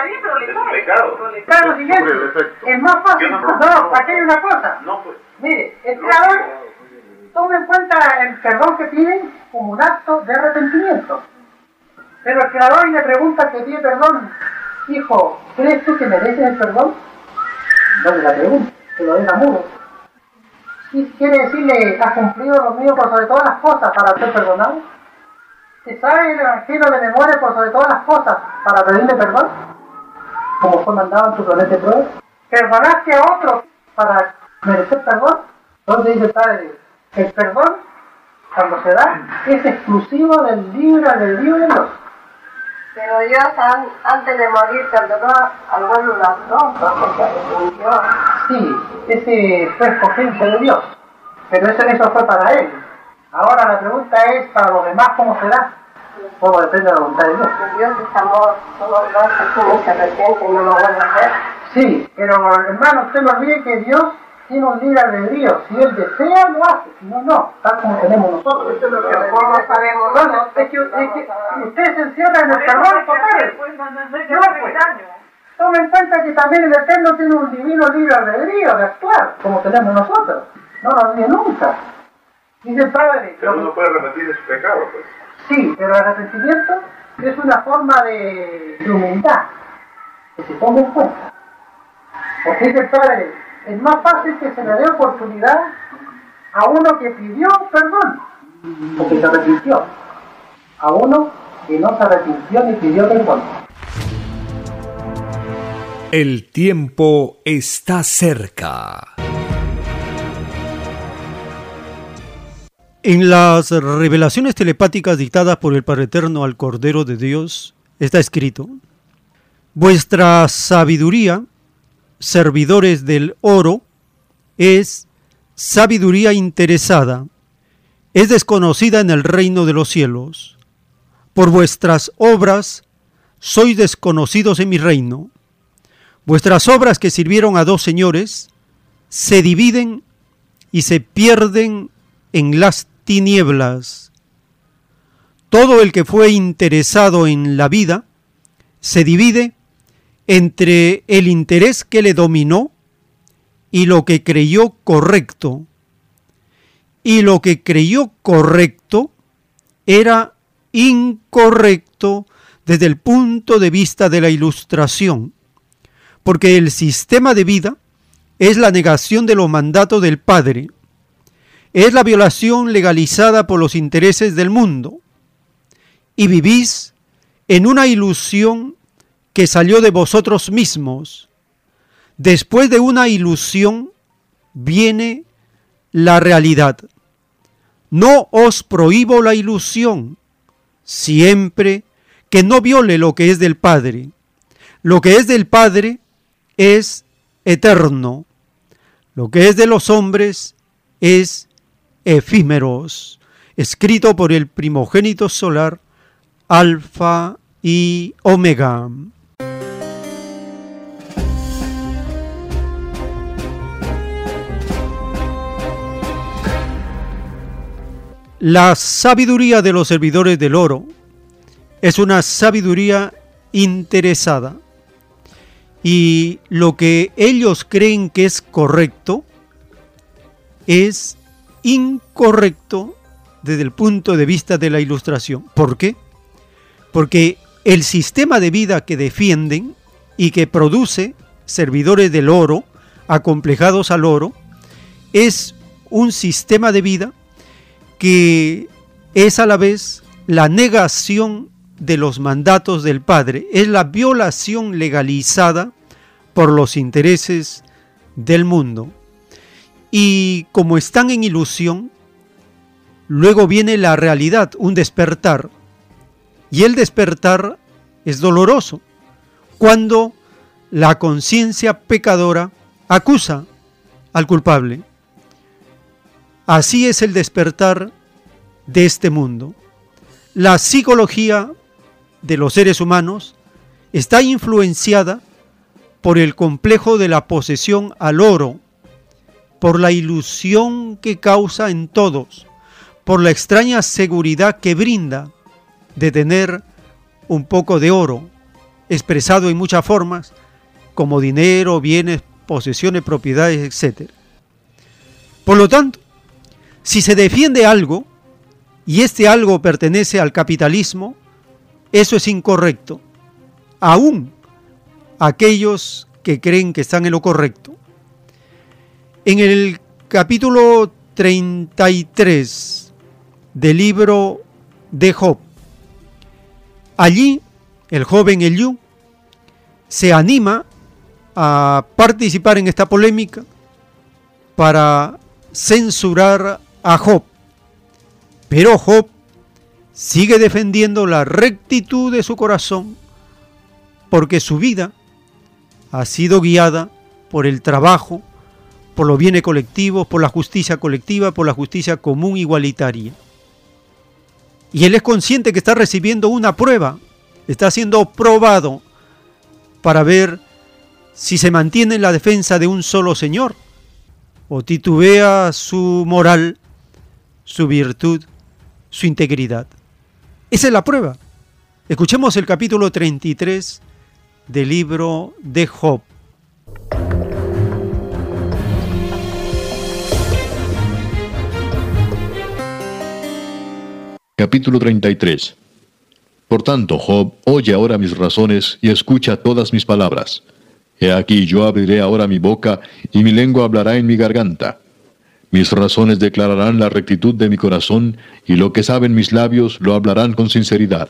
bien, pero le cae. Pecado. Claro, lo siguiente, es más fácil. No, no, aquí hay una cosa. No, pues. Mire, el creador toma en cuenta el perdón que piden como un acto de arrepentimiento. Pero el creador le pregunta que pide perdón. Hijo, ¿crees tú que mereces el perdón? No le la pregunta, que lo deja mudo. ¿Y quiere decirle, has cumplido lo mío por sobre todas las cosas para ser perdonado? ¿Te sabe el evangelio de memoria por sobre todas las cosas para pedirle perdón? Como fue mandado en tu planeta de prueba. ¿Perdonaste a otro para merecer perdón? Entonces dice el Padre, el perdón, cuando se da, es exclusivo del libre albedrío de Dios. Pero Dios an, antes de morir perdonó al buen ladrón porque se arrepintió. Sí, ese fue escogencia de Dios, pero eso, eso fue para él. Ahora la pregunta es, para los demás, ¿cómo será? Todo depende de la voluntad de Dios. Dios es amor, todo lo hace como se arrepiente y no lo vuelve a hacer. Sí, pero hermano, usted no olvide que Dios tiene un libre albedrío. Si Él desea, lo hace, si no, no, tal como tenemos nosotros. Eso es lo que ¿cómo sabemos nosotros? Es que, es que usted se encierra en el perdón total. No, pues. Tome en cuenta que también el Eterno tiene un divino libre albedrío de actuar, como tenemos nosotros. No lo olvide nunca. Dice el Padre. Pero uno puede arrepentir de su pecado, pues. Sí, pero el arrepentimiento es una forma de, de humildad que se tome en cuenta. Porque dice el Padre, es más fácil que se le dé oportunidad a uno que pidió perdón, porque se arrepintió, a uno que no se arrepintió ni pidió perdón. El tiempo está cerca. En las revelaciones telepáticas dictadas por el Padre Eterno al Cordero de Dios está escrito: vuestra sabiduría, servidores del oro, es sabiduría interesada, es desconocida en el reino de los cielos. Por vuestras obras sois desconocidos en mi reino. Vuestras obras que sirvieron a dos señores se dividen y se pierden en las tinieblas. Todo el que fue interesado en la vida se divide entre el interés que le dominó y lo que creyó correcto. Y lo que creyó correcto era incorrecto desde el punto de vista de la ilustración, porque el sistema de vida es la negación de los mandatos del Padre, es la violación legalizada por los intereses del mundo, y vivís en una ilusión que salió de vosotros mismos. Después de una ilusión viene la realidad. No os prohíbo la ilusión, siempre que no viole lo que es del Padre. Lo que es del Padre es eterno. Lo que es de los hombres es efímeros. Escrito por el primogénito solar, Alfa y Omega. La sabiduría de los servidores del oro es una sabiduría interesada, y lo que ellos creen que es correcto es incorrecto desde el punto de vista de la ilustración. ¿Por qué? Porque el sistema de vida que defienden y que produce servidores del oro, acomplejados al oro, es un sistema de vida que es a la vez la negación de los mandatos del Padre, es la violación legalizada por los intereses del mundo. Y como están en ilusión, luego viene la realidad, un despertar. Y el despertar es doloroso, cuando la conciencia pecadora acusa al culpable. Así es el despertar de este mundo. La psicología de los seres humanos está influenciada por el complejo de la posesión al oro, por la ilusión que causa en todos, por la extraña seguridad que brinda de tener un poco de oro expresado en muchas formas, como dinero, bienes, posesiones, propiedades, etcétera. Por lo tanto, si se defiende algo, y este algo pertenece al capitalismo, eso es incorrecto, aún aquellos que creen que están en lo correcto. En el capítulo treinta y tres del libro de Job, allí el joven Eliú se anima a participar en esta polémica para censurar a Job. Pero Job sigue defendiendo la rectitud de su corazón, porque su vida ha sido guiada por el trabajo, por los bienes colectivos, por la justicia colectiva, por la justicia común igualitaria. Y él es consciente que está recibiendo una prueba, está siendo probado para ver si se mantiene en la defensa de un solo Señor o titubea su moral, su virtud, su integridad. Esa es la prueba. Escuchemos el capítulo treinta y tres del libro de Job. Capítulo treinta y tres. Por tanto, Job, oye ahora mis razones y escucha todas mis palabras. He aquí yo abriré ahora mi boca, y mi lengua hablará en mi garganta. Mis razones declararán la rectitud de mi corazón, y lo que saben mis labios lo hablarán con sinceridad.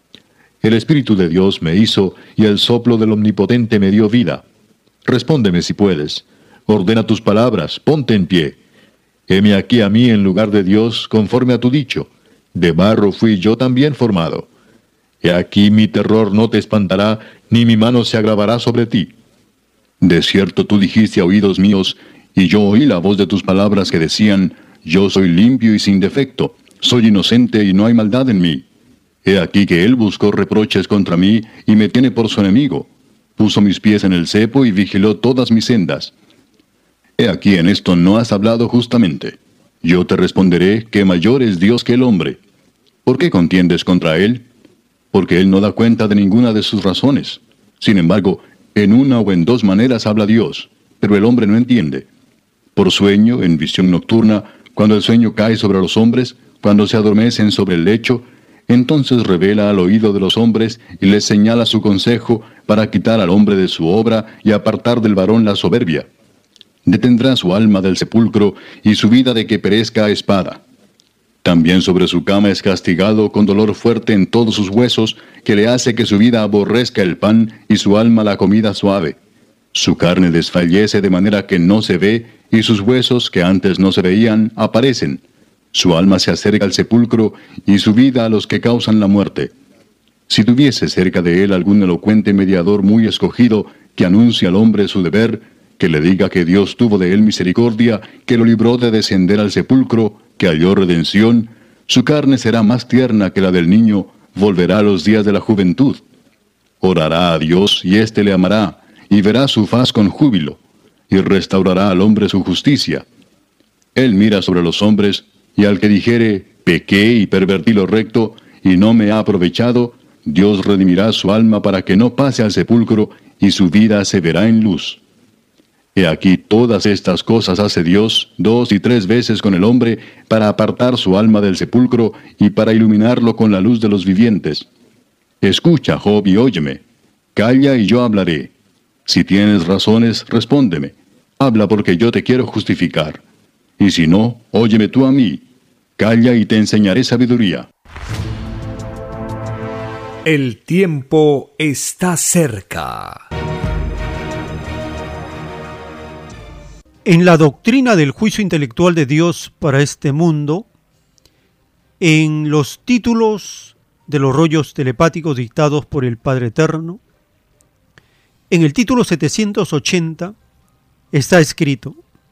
El Espíritu de Dios me hizo, y el soplo del Omnipotente me dio vida. Respóndeme si puedes. Ordena tus palabras, ponte en pie. Heme aquí a mí en lugar de Dios, conforme a tu dicho. De barro fui yo también formado. He aquí mi terror no te espantará, ni mi mano se agravará sobre ti. De cierto tú dijiste a oídos míos, y yo oí la voz de tus palabras que decían, yo soy limpio y sin defecto, soy inocente y no hay maldad en mí. He aquí que él buscó reproches contra mí, y me tiene por su enemigo. Puso mis pies en el cepo y vigiló todas mis sendas. He aquí en esto no has hablado justamente. Yo te responderé que mayor es Dios que el hombre. ¿Por qué contiendes contra él? Porque él no da cuenta de ninguna de sus razones. Sin embargo, en una o en dos maneras habla Dios, pero el hombre no entiende. Por sueño, en visión nocturna, cuando el sueño cae sobre los hombres, cuando se adormecen sobre el lecho, entonces revela al oído de los hombres y les señala su consejo para quitar al hombre de su obra y apartar del varón la soberbia. Detendrá su alma del sepulcro y su vida de que perezca a espada. También sobre su cama es castigado con dolor fuerte en todos sus huesos, que le hace que su vida aborrezca el pan y su alma la comida suave. Su carne desfallece de manera que no se ve, y sus huesos, que antes no se veían, aparecen. Su alma se acerca al sepulcro, y su vida a los que causan la muerte. Si tuviese cerca de él algún elocuente mediador muy escogido, que anuncie al hombre su deber, que le diga que Dios tuvo de él misericordia, que lo libró de descender al sepulcro, que halló redención, su carne será más tierna que la del niño, volverá a los días de la juventud. Orará a Dios, y éste le amará, y verá su faz con júbilo, y restaurará al hombre su justicia. Él mira sobre los hombres, y al que dijere, pequé y pervertí lo recto, y no me ha aprovechado, Dios redimirá su alma para que no pase al sepulcro, y su vida se verá en luz. He aquí todas estas cosas hace Dios dos y tres veces con el hombre para apartar su alma del sepulcro y para iluminarlo con la luz de los vivientes. Escucha, Job, y óyeme. Calla y yo hablaré. Si tienes razones, respóndeme. Habla porque yo te quiero justificar. Y si no, óyeme tú a mí. Calla y te enseñaré sabiduría. El tiempo está cerca. En la doctrina del juicio intelectual de Dios para este mundo, en los títulos de los rollos telepáticos dictados por el Padre Eterno, en el título setecientos ochenta está escrito: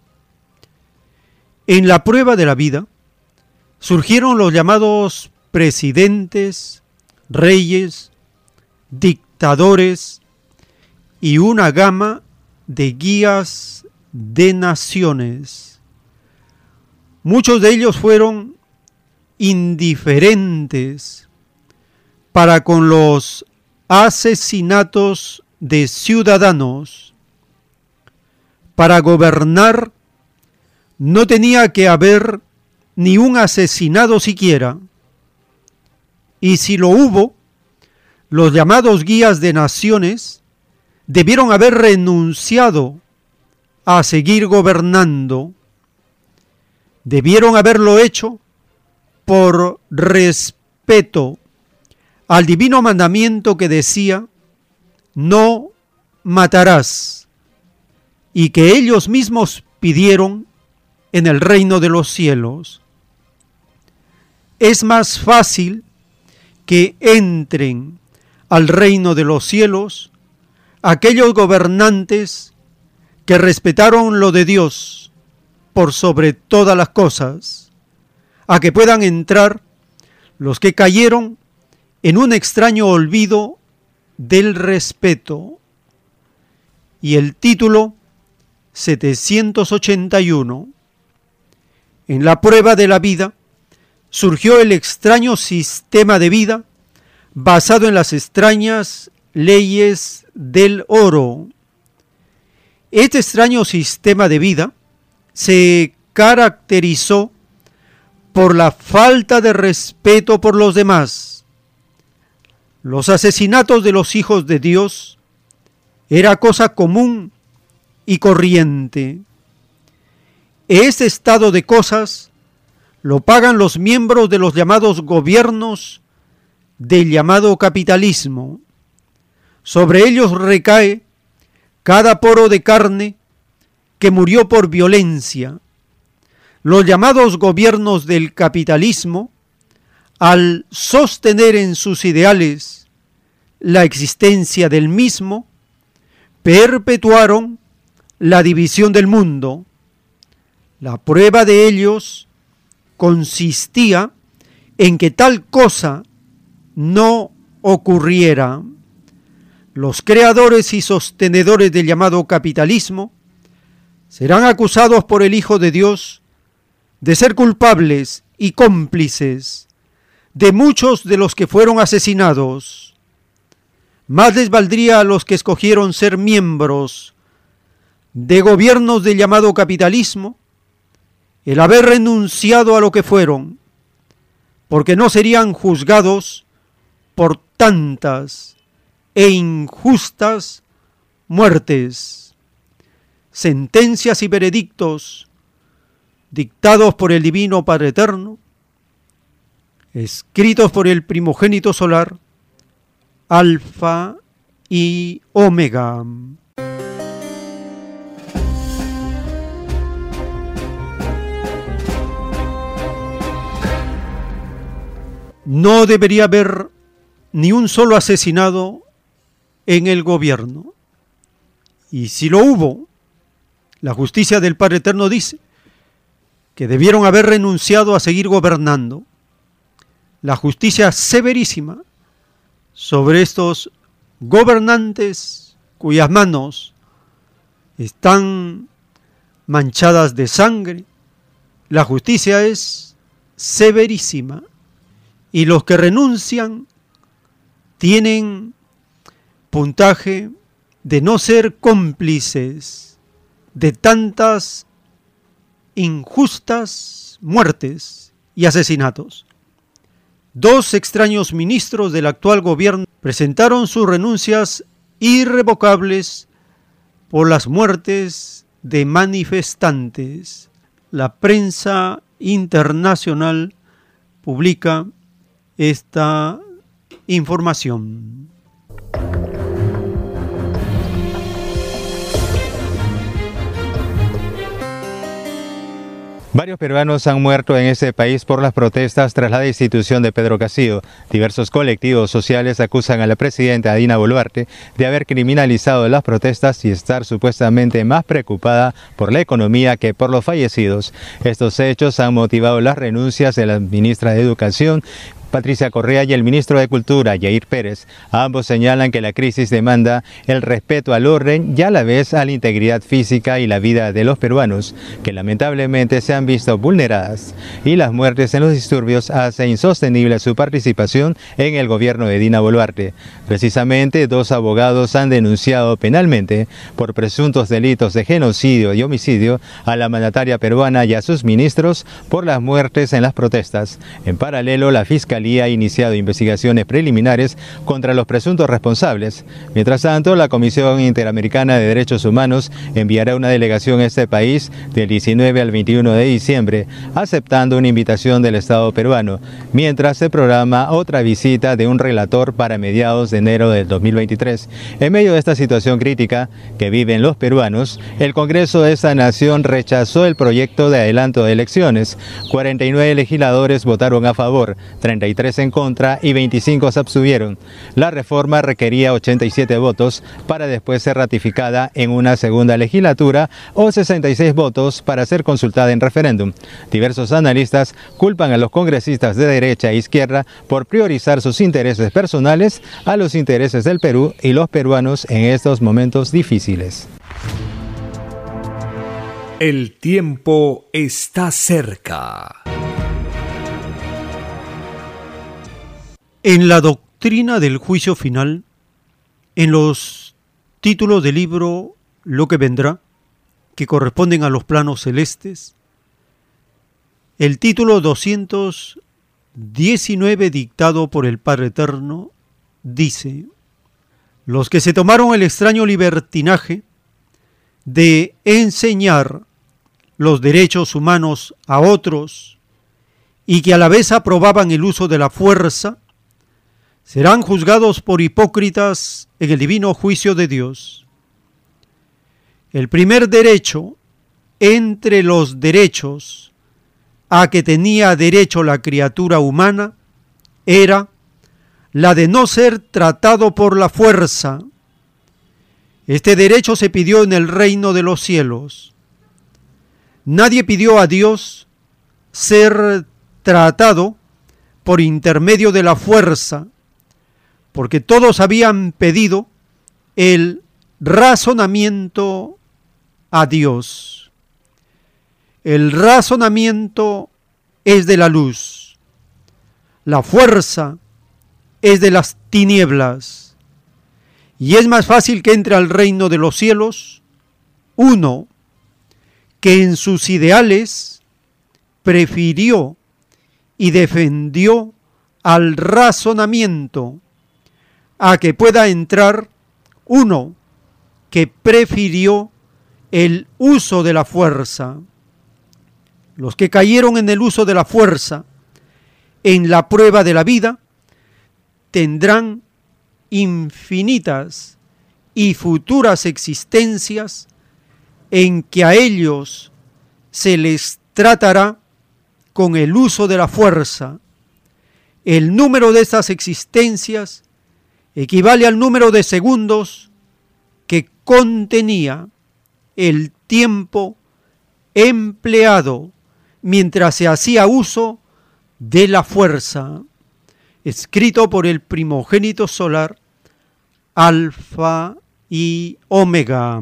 en la prueba de la vida surgieron los llamados presidentes, reyes, dictadores y una gama de guías de naciones. Muchos de ellos fueron indiferentes para con los asesinatos de ciudadanos. Para gobernar no tenía que haber ni un asesinado siquiera, y si lo hubo, los llamados guías de naciones debieron haber renunciado a seguir gobernando. Debieron haberlo hecho por respeto al divino mandamiento que decía: no matarás, y que ellos mismos pidieron en el reino de los cielos. Es más fácil que entren al reino de los cielos aquellos gobernantes que respetaron lo de Dios por sobre todas las cosas, a que puedan entrar los que cayeron en un extraño olvido del respeto. Y el título setecientos ochenta y uno. En la prueba de la vida surgió el extraño sistema de vida basado en las extrañas leyes del oro. Este extraño sistema de vida se caracterizó por la falta de respeto por los demás. Los asesinatos de los hijos de Dios era cosa común y corriente. Este estado de cosas lo pagan los miembros de los llamados gobiernos del llamado capitalismo. Sobre ellos recae cada poro de carne que murió por violencia. Los llamados gobiernos del capitalismo, al sostener en sus ideales la existencia del mismo, perpetuaron la división del mundo. La prueba de ellos consistía en que tal cosa no ocurriera. Los creadores y sostenedores del llamado capitalismo serán acusados por el Hijo de Dios de ser culpables y cómplices de muchos de los que fueron asesinados. Más les valdría a los que escogieron ser miembros de gobiernos del llamado capitalismo el haber renunciado a lo que fueron, porque no serían juzgados por tantas e injustas muertes, sentencias y veredictos dictados por el Divino Padre Eterno, escritos por el primogénito solar, Alfa y Omega. No debería haber ni un solo asesinado en el gobierno. Y si lo hubo, la justicia del Padre Eterno dice que debieron haber renunciado a seguir gobernando. La justicia severísima sobre estos gobernantes cuyas manos están manchadas de sangre. La justicia es severísima. Y los que renuncian tienen puntaje de no ser cómplices de tantas injustas muertes y asesinatos. Dos extraños ministros del actual gobierno presentaron sus renuncias irrevocables por las muertes de manifestantes. La prensa internacional publica esta información. Varios peruanos han muerto en este país por las protestas tras la destitución de Pedro Castillo. Diversos colectivos sociales acusan a la presidenta Dina Boluarte de haber criminalizado las protestas y estar supuestamente más preocupada por la economía que por los fallecidos. Estos hechos han motivado las renuncias de la ministra de Educación, Patricia Correa y el ministro de Cultura, Yair Pérez, ambos señalan que la crisis demanda el respeto al orden y a la vez a la integridad física y la vida de los peruanos, que lamentablemente se han visto vulneradas, y las muertes en los disturbios hace insostenible su participación en el gobierno de Dina Boluarte. Precisamente, dos abogados han denunciado penalmente por presuntos delitos de genocidio y homicidio a la mandataria peruana y a sus ministros por las muertes en las protestas. En paralelo, la Fiscalía ha iniciado investigaciones preliminares contra los presuntos responsables. Mientras tanto, la Comisión Interamericana de Derechos Humanos enviará una delegación a este país del diecinueve al veintiuno de diciembre, aceptando una invitación del Estado peruano, mientras se programa otra visita de un relator para mediados de enero del dos mil veintitrés. En medio de esta situación crítica que viven los peruanos, el Congreso de esta nación rechazó el proyecto de adelanto de elecciones. cuarenta y nueve legisladores votaron a favor, treinta y tres en contra y veinticinco se abstuvieron. La reforma requería ochenta y siete votos para después ser ratificada en una segunda legislatura o sesenta y seis votos para ser consultada en referéndum. Diversos analistas culpan a los congresistas de derecha e izquierda por priorizar sus intereses personales a los intereses del Perú y los peruanos en estos momentos difíciles. El tiempo está cerca. En la doctrina del juicio final, en los títulos del libro Lo que vendrá, que corresponden a los planos celestes, el título doscientos diecinueve dictado por el Padre Eterno dice: los que se tomaron el extraño libertinaje de enseñar los derechos humanos a otros y que a la vez aprobaban el uso de la fuerza, serán juzgados por hipócritas en el divino juicio de Dios. El primer derecho entre los derechos a que tenía derecho la criatura humana era la de no ser tratado por la fuerza. Este derecho se pidió en el reino de los cielos. Nadie pidió a Dios ser tratado por intermedio de la fuerza, porque todos habían pedido el razonamiento a Dios. El razonamiento es de la luz, la fuerza es de las tinieblas, y es más fácil que entre al reino de los cielos uno que en sus ideales prefirió y defendió al razonamiento, a que pueda entrar uno que prefirió el uso de la fuerza. Los que cayeron en el uso de la fuerza en la prueba de la vida tendrán infinitas y futuras existencias en que a ellos se les tratará con el uso de la fuerza. El número de estas existencias equivale al número de segundos que contenía el tiempo empleado mientras se hacía uso de la fuerza, escrito por el primogénito solar, Alfa y Omega.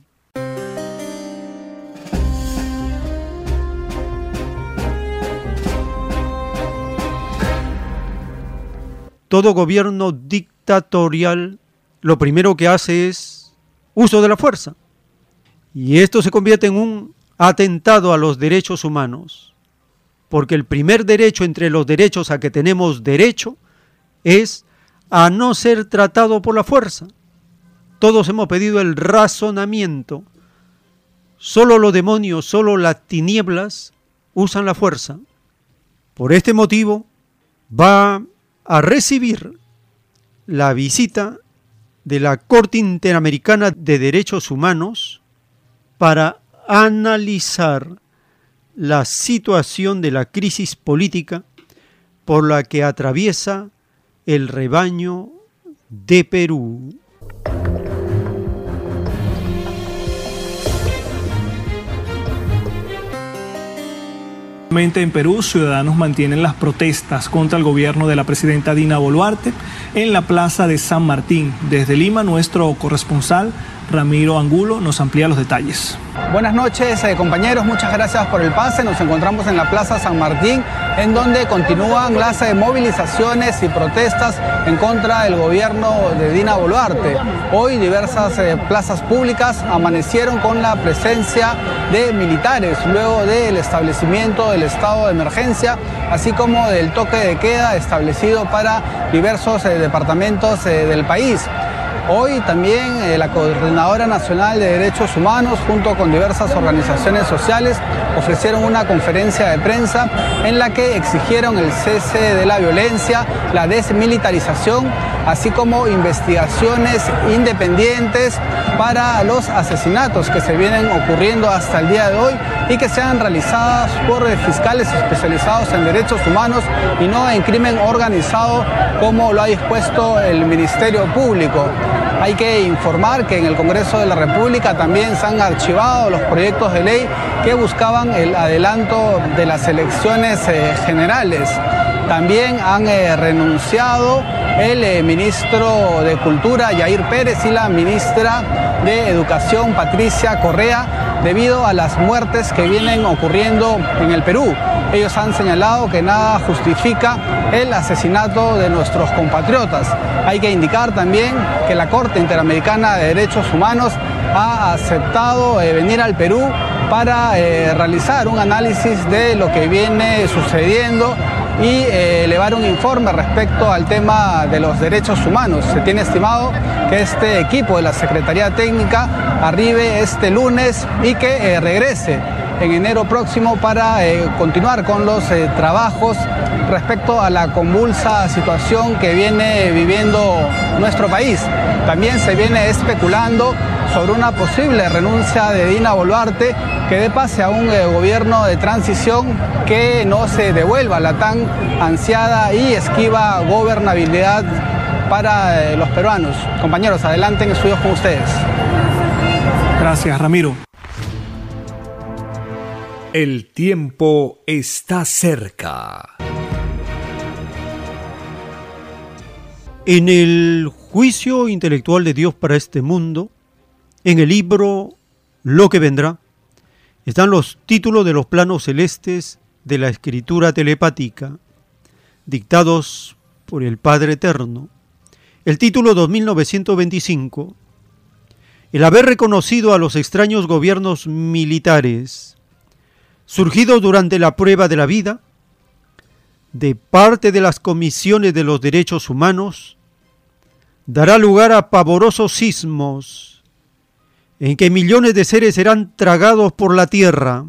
Todo gobierno dictatorial lo primero que hace es uso de la fuerza. Y esto se convierte en un atentado a los derechos humanos, porque el primer derecho entre los derechos a que tenemos derecho es a no ser tratado por la fuerza. Todos hemos pedido el razonamiento. Solo los demonios, solo las tinieblas usan la fuerza. Por este motivo va a recibir la visita de la Corte Interamericana de Derechos Humanos para analizar la situación de la crisis política por la que atraviesa el rebaño de Perú. En Perú, ciudadanos mantienen las protestas contra el gobierno de la presidenta Dina Boluarte en la plaza de San Martín. Desde Lima, nuestro corresponsal Ramiro Angulo nos amplía los detalles. Buenas noches, eh, compañeros, muchas gracias por el pase. Nos encontramos en la Plaza San Martín, en donde continúan las eh, movilizaciones y protestas en contra del gobierno de Dina Boluarte. Hoy diversas eh, plazas públicas amanecieron con la presencia de militares, luego del establecimiento del estado de emergencia, así como del toque de queda establecido para diversos eh, departamentos eh, del país. Hoy también eh, la Coordinadora Nacional de Derechos Humanos, junto con diversas organizaciones sociales, ofrecieron una conferencia de prensa en la que exigieron el cese de la violencia, la desmilitarización, así como investigaciones independientes para los asesinatos que se vienen ocurriendo hasta el día de hoy y que sean realizadas por fiscales especializados en derechos humanos y no en crimen organizado, como lo ha dispuesto el Ministerio Público. Hay que informar que en el Congreso de la República también se han archivado los proyectos de ley que buscaban el adelanto de las elecciones eh, generales. También han eh, renunciado el eh, ministro de Cultura, Yair Pérez, y la ministra de Educación, Patricia Correa, debido a las muertes que vienen ocurriendo en el Perú. Ellos han señalado que nada justifica el asesinato de nuestros compatriotas. Hay que indicar también que la Corte Interamericana de Derechos Humanos ha aceptado eh, venir al Perú para eh, realizar un análisis de lo que viene sucediendo y eh, elevar un informe respecto al tema de los derechos humanos. Se tiene estimado que este equipo de la Secretaría Técnica arribe este lunes y que eh, regrese en enero próximo para eh, continuar con los eh, trabajos respecto a la convulsa situación que viene viviendo nuestro país. También se viene especulando sobre una posible renuncia de Dina Boluarte que dé pase a un eh, gobierno de transición que no se devuelva la tan ansiada y esquiva gobernabilidad para eh, los peruanos. Compañeros, adelante en estudios con ustedes. Gracias, Ramiro. El tiempo está cerca. En el juicio intelectual de Dios para este mundo, en el libro Lo que vendrá, están los títulos de los planos celestes de la escritura telepática, dictados por el Padre Eterno. El título dos mil novecientos veinticinco, el haber reconocido a los extraños gobiernos militares surgidos durante la prueba de la vida, de parte de las comisiones de los derechos humanos, dará lugar a pavorosos sismos en que millones de seres serán tragados por la tierra.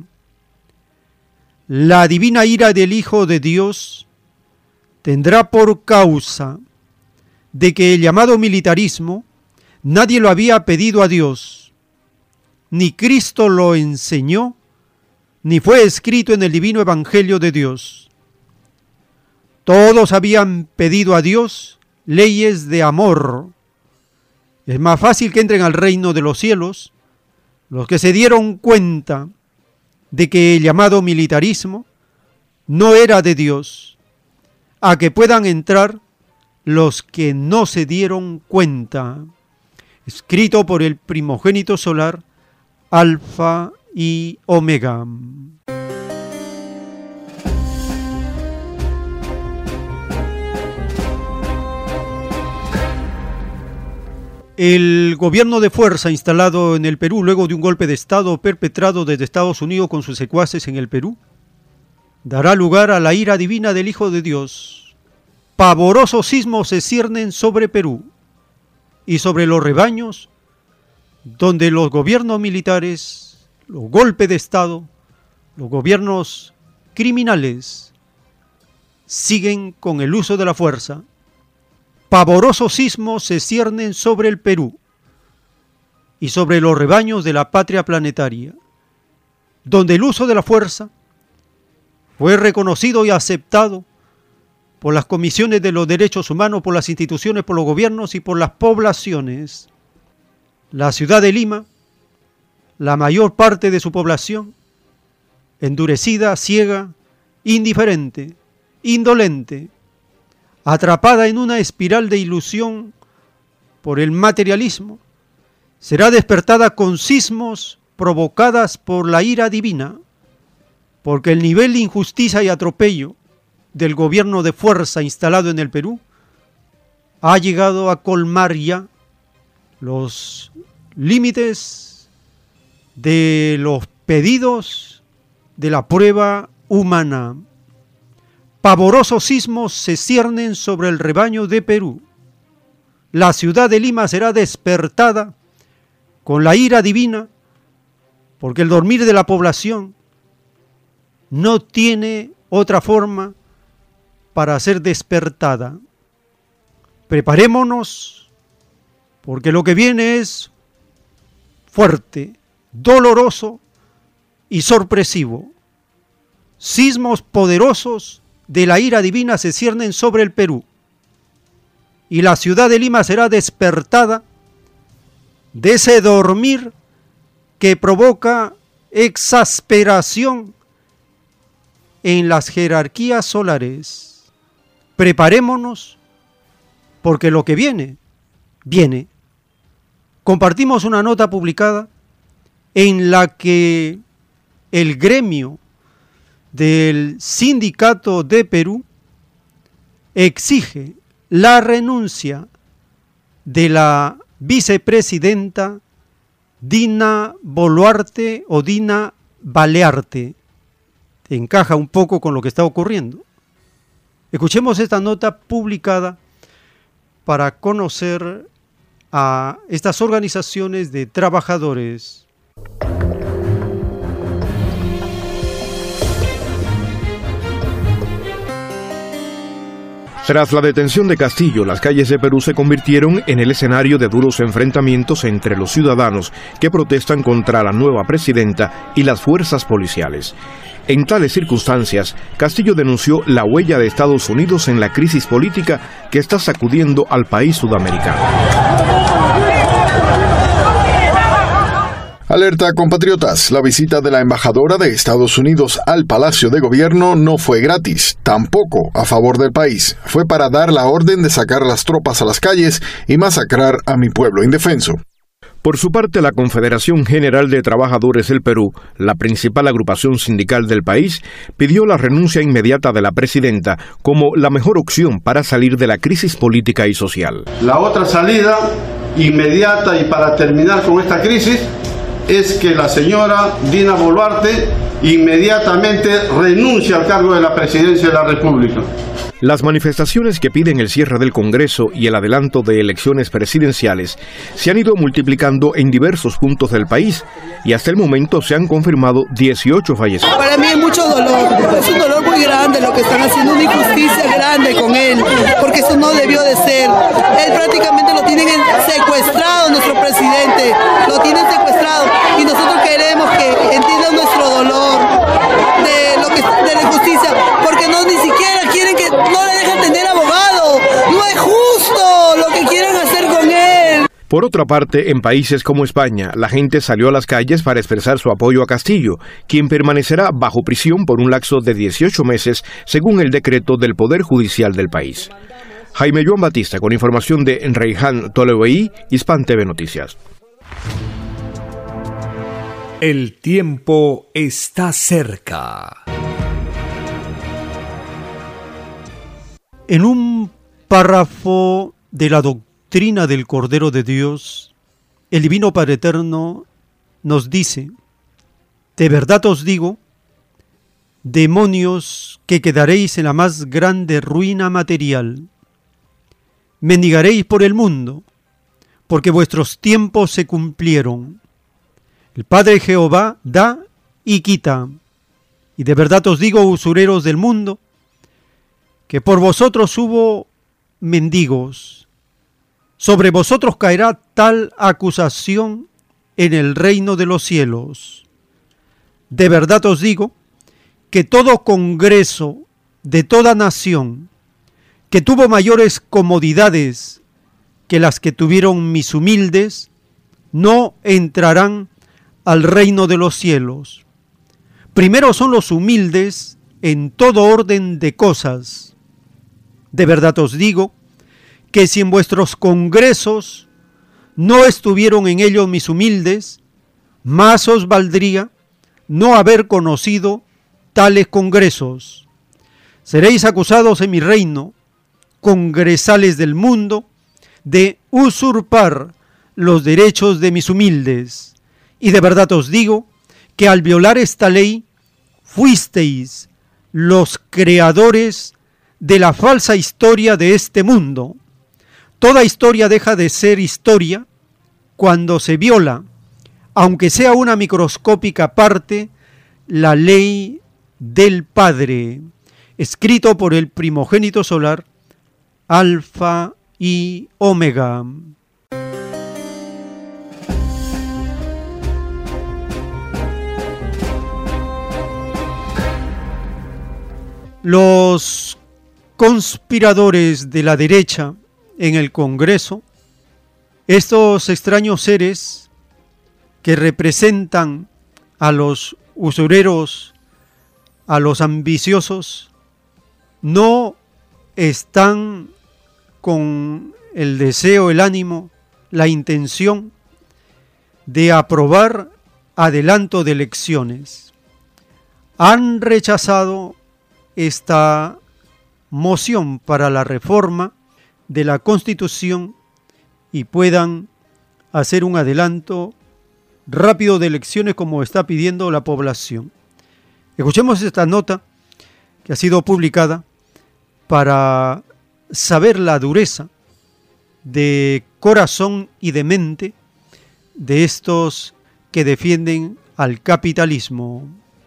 La divina ira del Hijo de Dios tendrá por causa de que el llamado militarismo nadie lo había pedido a Dios, ni Cristo lo enseñó, ni fue escrito en el divino Evangelio de Dios. Todos habían pedido a Dios leyes de amor. Es más fácil que entren al reino de los cielos los que se dieron cuenta de que el llamado militarismo no era de Dios, a que puedan entrar los que no se dieron cuenta. Escrito por el primogénito solar, Alfa y Omega. El gobierno de fuerza instalado en el Perú luego de un golpe de Estado perpetrado desde Estados Unidos con sus secuaces en el Perú dará lugar a la ira divina del Hijo de Dios. Pavorosos sismos se ciernen sobre Perú y sobre los rebaños donde los gobiernos militares, los golpes de Estado, los gobiernos criminales siguen con el uso de la fuerza. Pavorosos sismos se ciernen sobre el Perú y sobre los rebaños de la patria planetaria, donde el uso de la fuerza fue reconocido y aceptado por las comisiones de los derechos humanos, por las instituciones, por los gobiernos y por las poblaciones. La ciudad de Lima, la mayor parte de su población, endurecida, ciega indiferente, indolente, atrapada en una espiral de ilusión por el materialismo, será despertada con sismos provocadas por la ira divina, porque el nivel de injusticia y atropello del gobierno de fuerza instalado en el Perú ha llegado a colmar ya los límites de los pedidos de la prueba humana. Pavorosos sismos se ciernen sobre el rebaño de Perú. La ciudad de Lima será despertada con la ira divina, porque el dormir de la población no tiene otra forma para ser despertada. Preparémonos, porque lo que viene es fuerte, doloroso y sorpresivo. Sismos poderosos de la ira divina se ciernen sobre el Perú, y la ciudad de Lima será despertada de ese dormir que provoca exasperación en las jerarquías solares. Preparémonos, porque lo que viene, viene. Compartimos una nota publicada en la que el gremio del Sindicato de Perú exige la renuncia de la vicepresidenta Dina Boluarte o Dina Balearte. Encaja un poco con lo que está ocurriendo. Escuchemos esta nota publicada para conocer a estas organizaciones de trabajadores. Tras la detención de Castillo, las calles de Perú se convirtieron en el escenario de duros enfrentamientos entre los ciudadanos que protestan contra la nueva presidenta y las fuerzas policiales. En tales circunstancias, Castillo denunció la huella de Estados Unidos en la crisis política que está sacudiendo al país sudamericano. Alerta, compatriotas, la visita de la embajadora de Estados Unidos al Palacio de Gobierno no fue gratis, tampoco a favor del país. Fue para dar la orden de sacar las tropas a las calles y masacrar a mi pueblo indefenso. Por su parte, la Confederación General de Trabajadores del Perú, la principal agrupación sindical del país, pidió la renuncia inmediata de la presidenta como la mejor opción para salir de la crisis política y social. La otra salida inmediata y para terminar con esta crisis es que la señora Dina Boluarte inmediatamente renuncie al cargo de la presidencia de la República. Las manifestaciones que piden el cierre del Congreso y el adelanto de elecciones presidenciales se han ido multiplicando en diversos puntos del país y hasta el momento se han confirmado dieciocho fallecidos. Para mí es mucho dolor, es un dolor muy grande lo que están haciendo, una injusticia grande con él, porque eso no debió de ser. Él prácticamente lo tienen secuestrado, nuestro presidente, lo tienen secuestrado y nosotros queremos que entiendan nuestro dolor de, lo que, de la injusticia, porque no ni siquiera quieren que no le dejan tener abogado. No es justo lo que quieren hacer con él. Por otra parte, en países como España, la gente salió a las calles para expresar su apoyo a Castillo, quien permanecerá bajo prisión por un lapso de dieciocho meses, según el decreto del Poder Judicial del país. Jaime Joan Batista, con información de Reihan Toleveí, Hispan T V Noticias. El tiempo está cerca. En un párrafo de la doctrina del Cordero de Dios, el Divino Padre Eterno nos dice: de verdad os digo, demonios, que quedaréis en la más grande ruina material. Mendigaréis por el mundo, porque vuestros tiempos se cumplieron. El Padre Jehová da y quita. Y de verdad os digo, usureros del mundo, que por vosotros hubo mendigos. Sobre vosotros caerá tal acusación en el reino de los cielos. De verdad os digo que todo congreso de toda nación que tuvo mayores comodidades que las que tuvieron mis humildes, no entrarán al reino de los cielos. Primero son los humildes en todo orden de cosas. De verdad os digo que si en vuestros congresos no estuvieron en ellos mis humildes, más os valdría no haber conocido tales congresos. Seréis acusados en mi reino, congresales del mundo, de usurpar los derechos de mis humildes. Y de verdad os digo que al violar esta ley fuisteis los creadores de la falsa historia de este mundo. Toda historia deja de ser historia cuando se viola, aunque sea una microscópica parte, la ley del Padre, escrito por el primogénito solar, Alfa y Omega. Los conspiradores de la derecha en el Congreso, estos extraños seres que representan a los usureros, a los ambiciosos, no están con el deseo, el ánimo, la intención de aprobar adelanto de elecciones. Han rechazado esta moción para la reforma de la Constitución y puedan hacer un adelanto rápido de elecciones como está pidiendo la población. Escuchemos esta nota que ha sido publicada para saber la dureza de corazón y de mente de estos que defienden al capitalismo.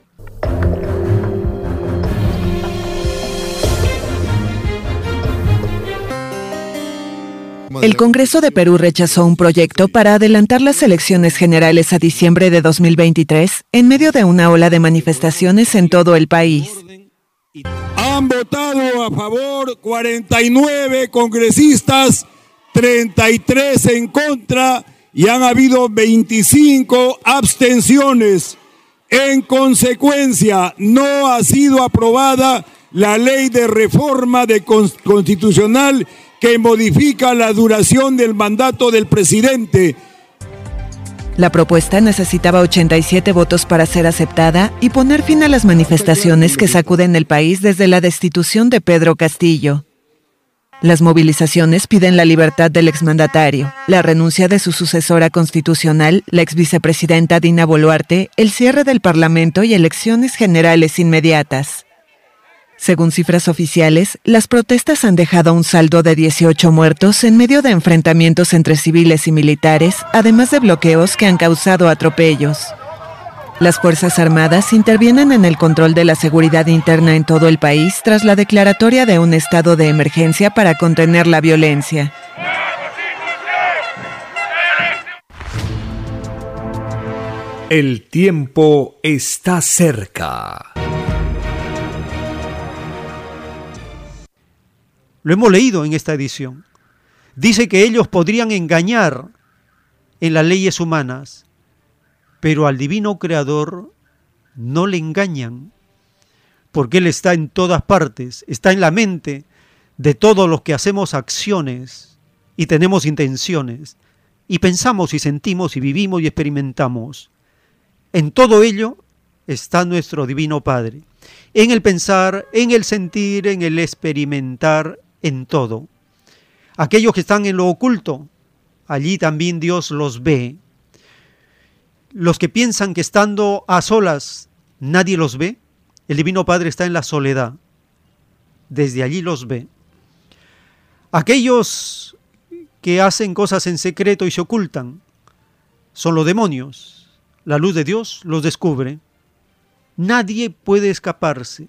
El Congreso de Perú rechazó un proyecto para adelantar las elecciones generales a diciembre de dos mil veintitrés en medio de una ola de manifestaciones en todo el país. Han votado a favor cuarenta y nueve congresistas, treinta y tres en contra y han habido veinticinco abstenciones. En consecuencia, no ha sido aprobada la ley de reforma de constitucional que modifica la duración del mandato del presidente. La propuesta necesitaba ochenta y siete votos para ser aceptada y poner fin a las manifestaciones que sacuden el país desde la destitución de Pedro Castillo. Las movilizaciones piden la libertad del exmandatario, la renuncia de su sucesora constitucional, la exvicepresidenta Dina Boluarte, el cierre del Parlamento y elecciones generales inmediatas. Según cifras oficiales, las protestas han dejado un saldo de dieciocho muertos en medio de enfrentamientos entre civiles y militares, además de bloqueos que han causado atropellos. Las Fuerzas Armadas intervienen en el control de la seguridad interna en todo el país tras la declaratoria de un estado de emergencia para contener la violencia. El tiempo está cerca. Lo hemos leído en esta edición. Dice que ellos podrían engañar en las leyes humanas, pero al divino creador no le engañan, porque Él está en todas partes, está en la mente de todos los que hacemos acciones y tenemos intenciones, y pensamos y sentimos y vivimos y experimentamos. En todo ello está nuestro Divino Padre, en el pensar, en el sentir, en el experimentar, en todo. Aquellos que están en lo oculto, allí también Dios los ve. Los que piensan que estando a solas nadie los ve, el Divino Padre está en la soledad. Desde allí los ve. Aquellos que hacen cosas en secreto y se ocultan, son los demonios. La luz de Dios los descubre. Nadie puede escaparse.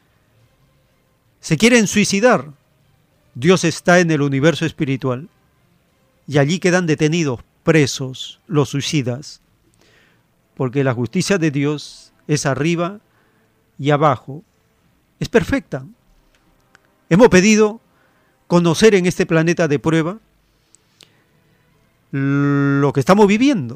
Se quieren suicidar. Dios está en el universo espiritual y allí quedan detenidos, presos, los suicidas, porque la justicia de Dios es arriba y abajo, es perfecta. Hemos pedido conocer en este planeta de prueba lo que estamos viviendo.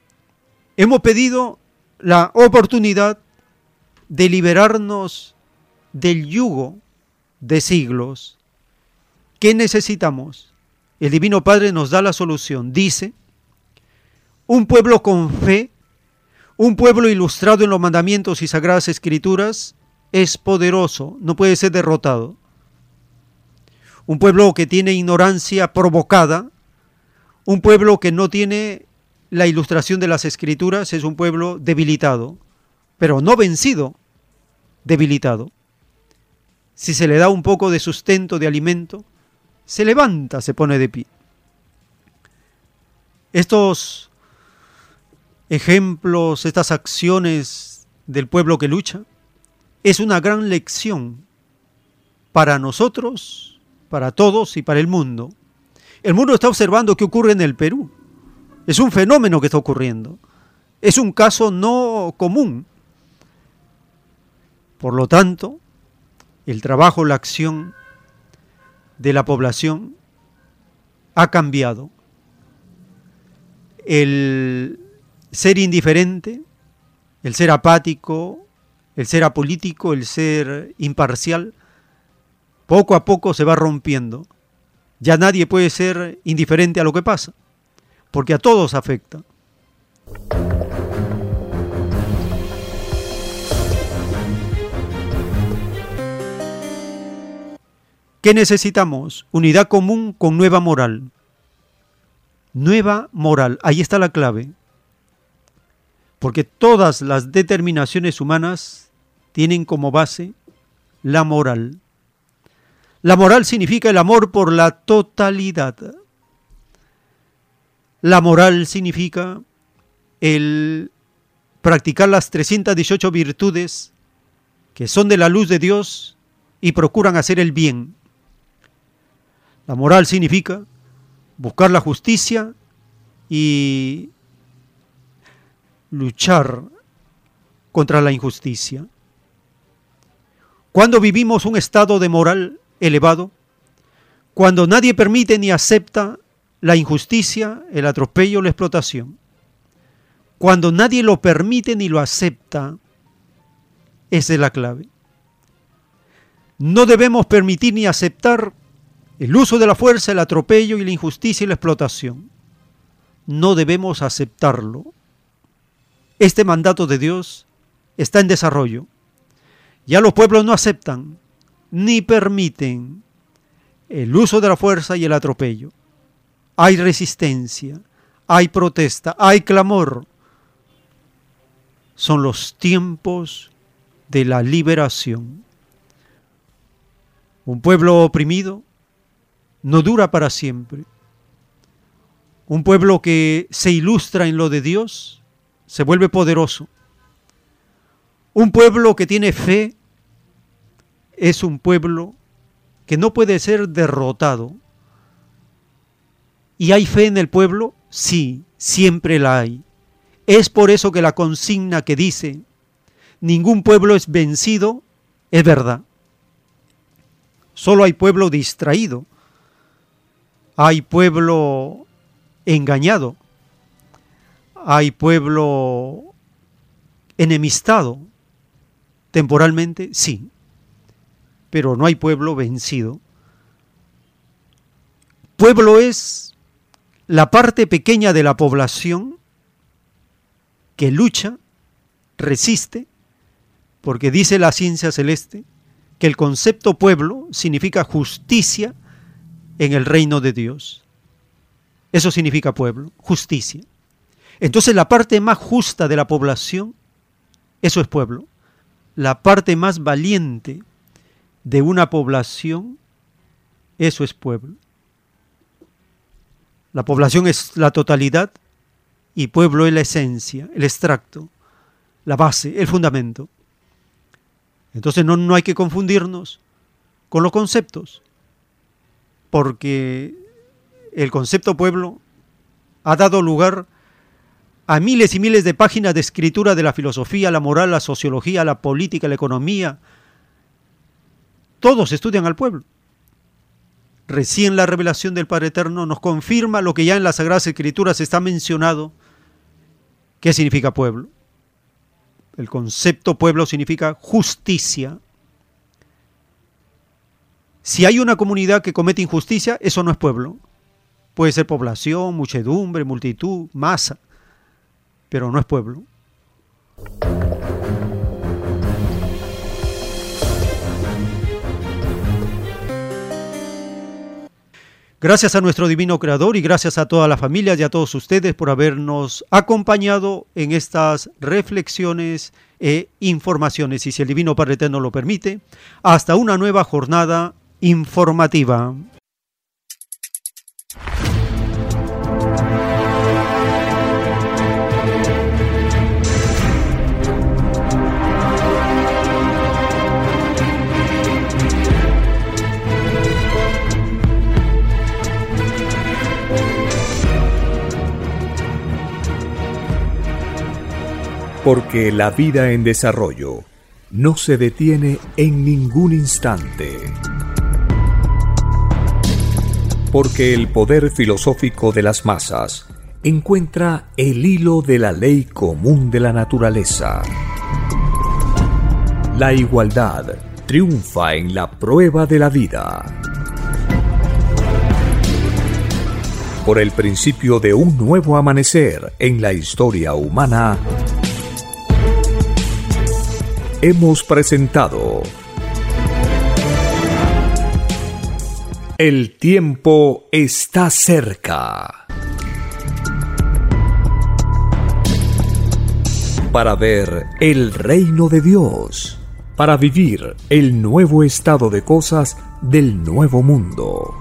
Hemos pedido la oportunidad de liberarnos del yugo de siglos. ¿Qué necesitamos? El Divino Padre nos da la solución. Dice, un pueblo con fe, un pueblo ilustrado en los mandamientos y sagradas escrituras, es poderoso, no puede ser derrotado. Un pueblo que tiene ignorancia provocada, un pueblo que no tiene la ilustración de las escrituras, es un pueblo debilitado, pero no vencido, debilitado. Si se le da un poco de sustento, de alimento, se levanta, se pone de pie. Estos ejemplos, estas acciones del pueblo que lucha, es una gran lección para nosotros, para todos y para el mundo. El mundo está observando qué ocurre en el Perú. Es un fenómeno que está ocurriendo. Es un caso no común. Por lo tanto, el trabajo, la acción de la población ha cambiado. El ser indiferente, el ser apático, el ser apolítico, el ser imparcial, poco a poco se va rompiendo. Ya nadie puede ser indiferente a lo que pasa, porque a todos afecta. ¿Qué necesitamos? Unidad común con nueva moral. Nueva moral, ahí está la clave. Porque todas las determinaciones humanas tienen como base la moral. La moral significa el amor por la totalidad. La moral significa el practicar las trescientas dieciocho virtudes que son de la luz de Dios y procuran hacer el bien. La moral significa buscar la justicia y luchar contra la injusticia. Cuando vivimos un estado de moral elevado, cuando nadie permite ni acepta la injusticia, el atropello, la explotación, cuando nadie lo permite ni lo acepta, esa es la clave. No debemos permitir ni aceptar el uso de la fuerza, el atropello y la injusticia y la explotación. No debemos aceptarlo. Este mandato de Dios está en desarrollo. Ya los pueblos no aceptan ni permiten el uso de la fuerza y el atropello. Hay resistencia, hay protesta, hay clamor. Son los tiempos de la liberación. Un pueblo oprimido no dura para siempre. Un pueblo que se ilustra en lo de Dios se vuelve poderoso. Un pueblo que tiene fe es un pueblo que no puede ser derrotado. ¿Y hay fe en el pueblo? Sí, siempre la hay. Es por eso que la consigna que dice ningún pueblo es vencido es verdad. Solo hay pueblo distraído. Hay pueblo engañado. Hay pueblo enemistado. Temporalmente, sí. Pero no hay pueblo vencido. Pueblo es la parte pequeña de la población que lucha, resiste, porque dice la ciencia celeste que el concepto pueblo significa justicia en el reino de Dios. Eso significa pueblo, justicia. Entonces la parte más justa de la población, eso es pueblo. La parte más valiente de una población, eso es pueblo. La población es la totalidad y pueblo es la esencia, el extracto, la base, el fundamento. Entonces no, no hay que confundirnos con los conceptos, porque el concepto pueblo ha dado lugar a miles y miles de páginas de escritura de la filosofía, la moral, la sociología, la política, la economía. Todos estudian al pueblo. Recién la revelación del Padre Eterno nos confirma lo que ya en las Sagradas Escrituras está mencionado. ¿Qué significa pueblo? El concepto pueblo significa justicia. Si hay una comunidad que comete injusticia, eso no es pueblo. Puede ser población, muchedumbre, multitud, masa, pero no es pueblo. Gracias a nuestro divino Creador y gracias a toda la familia y a todos ustedes por habernos acompañado en estas reflexiones e informaciones. Y si el Divino Padre Eterno lo permite, hasta una nueva jornada informativa. Porque la vida en desarrollo no se detiene en ningún instante. Porque el poder filosófico de las masas encuentra el hilo de la ley común de la naturaleza. La igualdad triunfa en la prueba de la vida. Por el principio de un nuevo amanecer en la historia humana, hemos presentado El tiempo está cerca. Para ver el reino de Dios, para vivir el nuevo estado de cosas del nuevo mundo.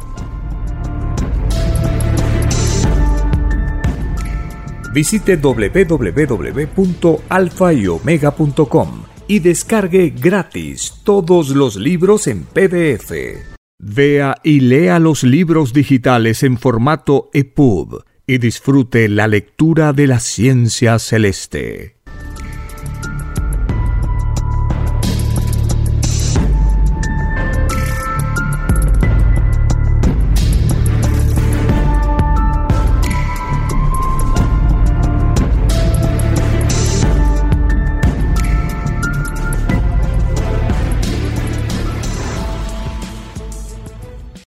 Visite doble u doble u doble u punto alfa y omega punto com y descargue gratis todos los libros en P D F. Vea y lea los libros digitales en formato E P U B y disfrute la lectura de la ciencia celeste.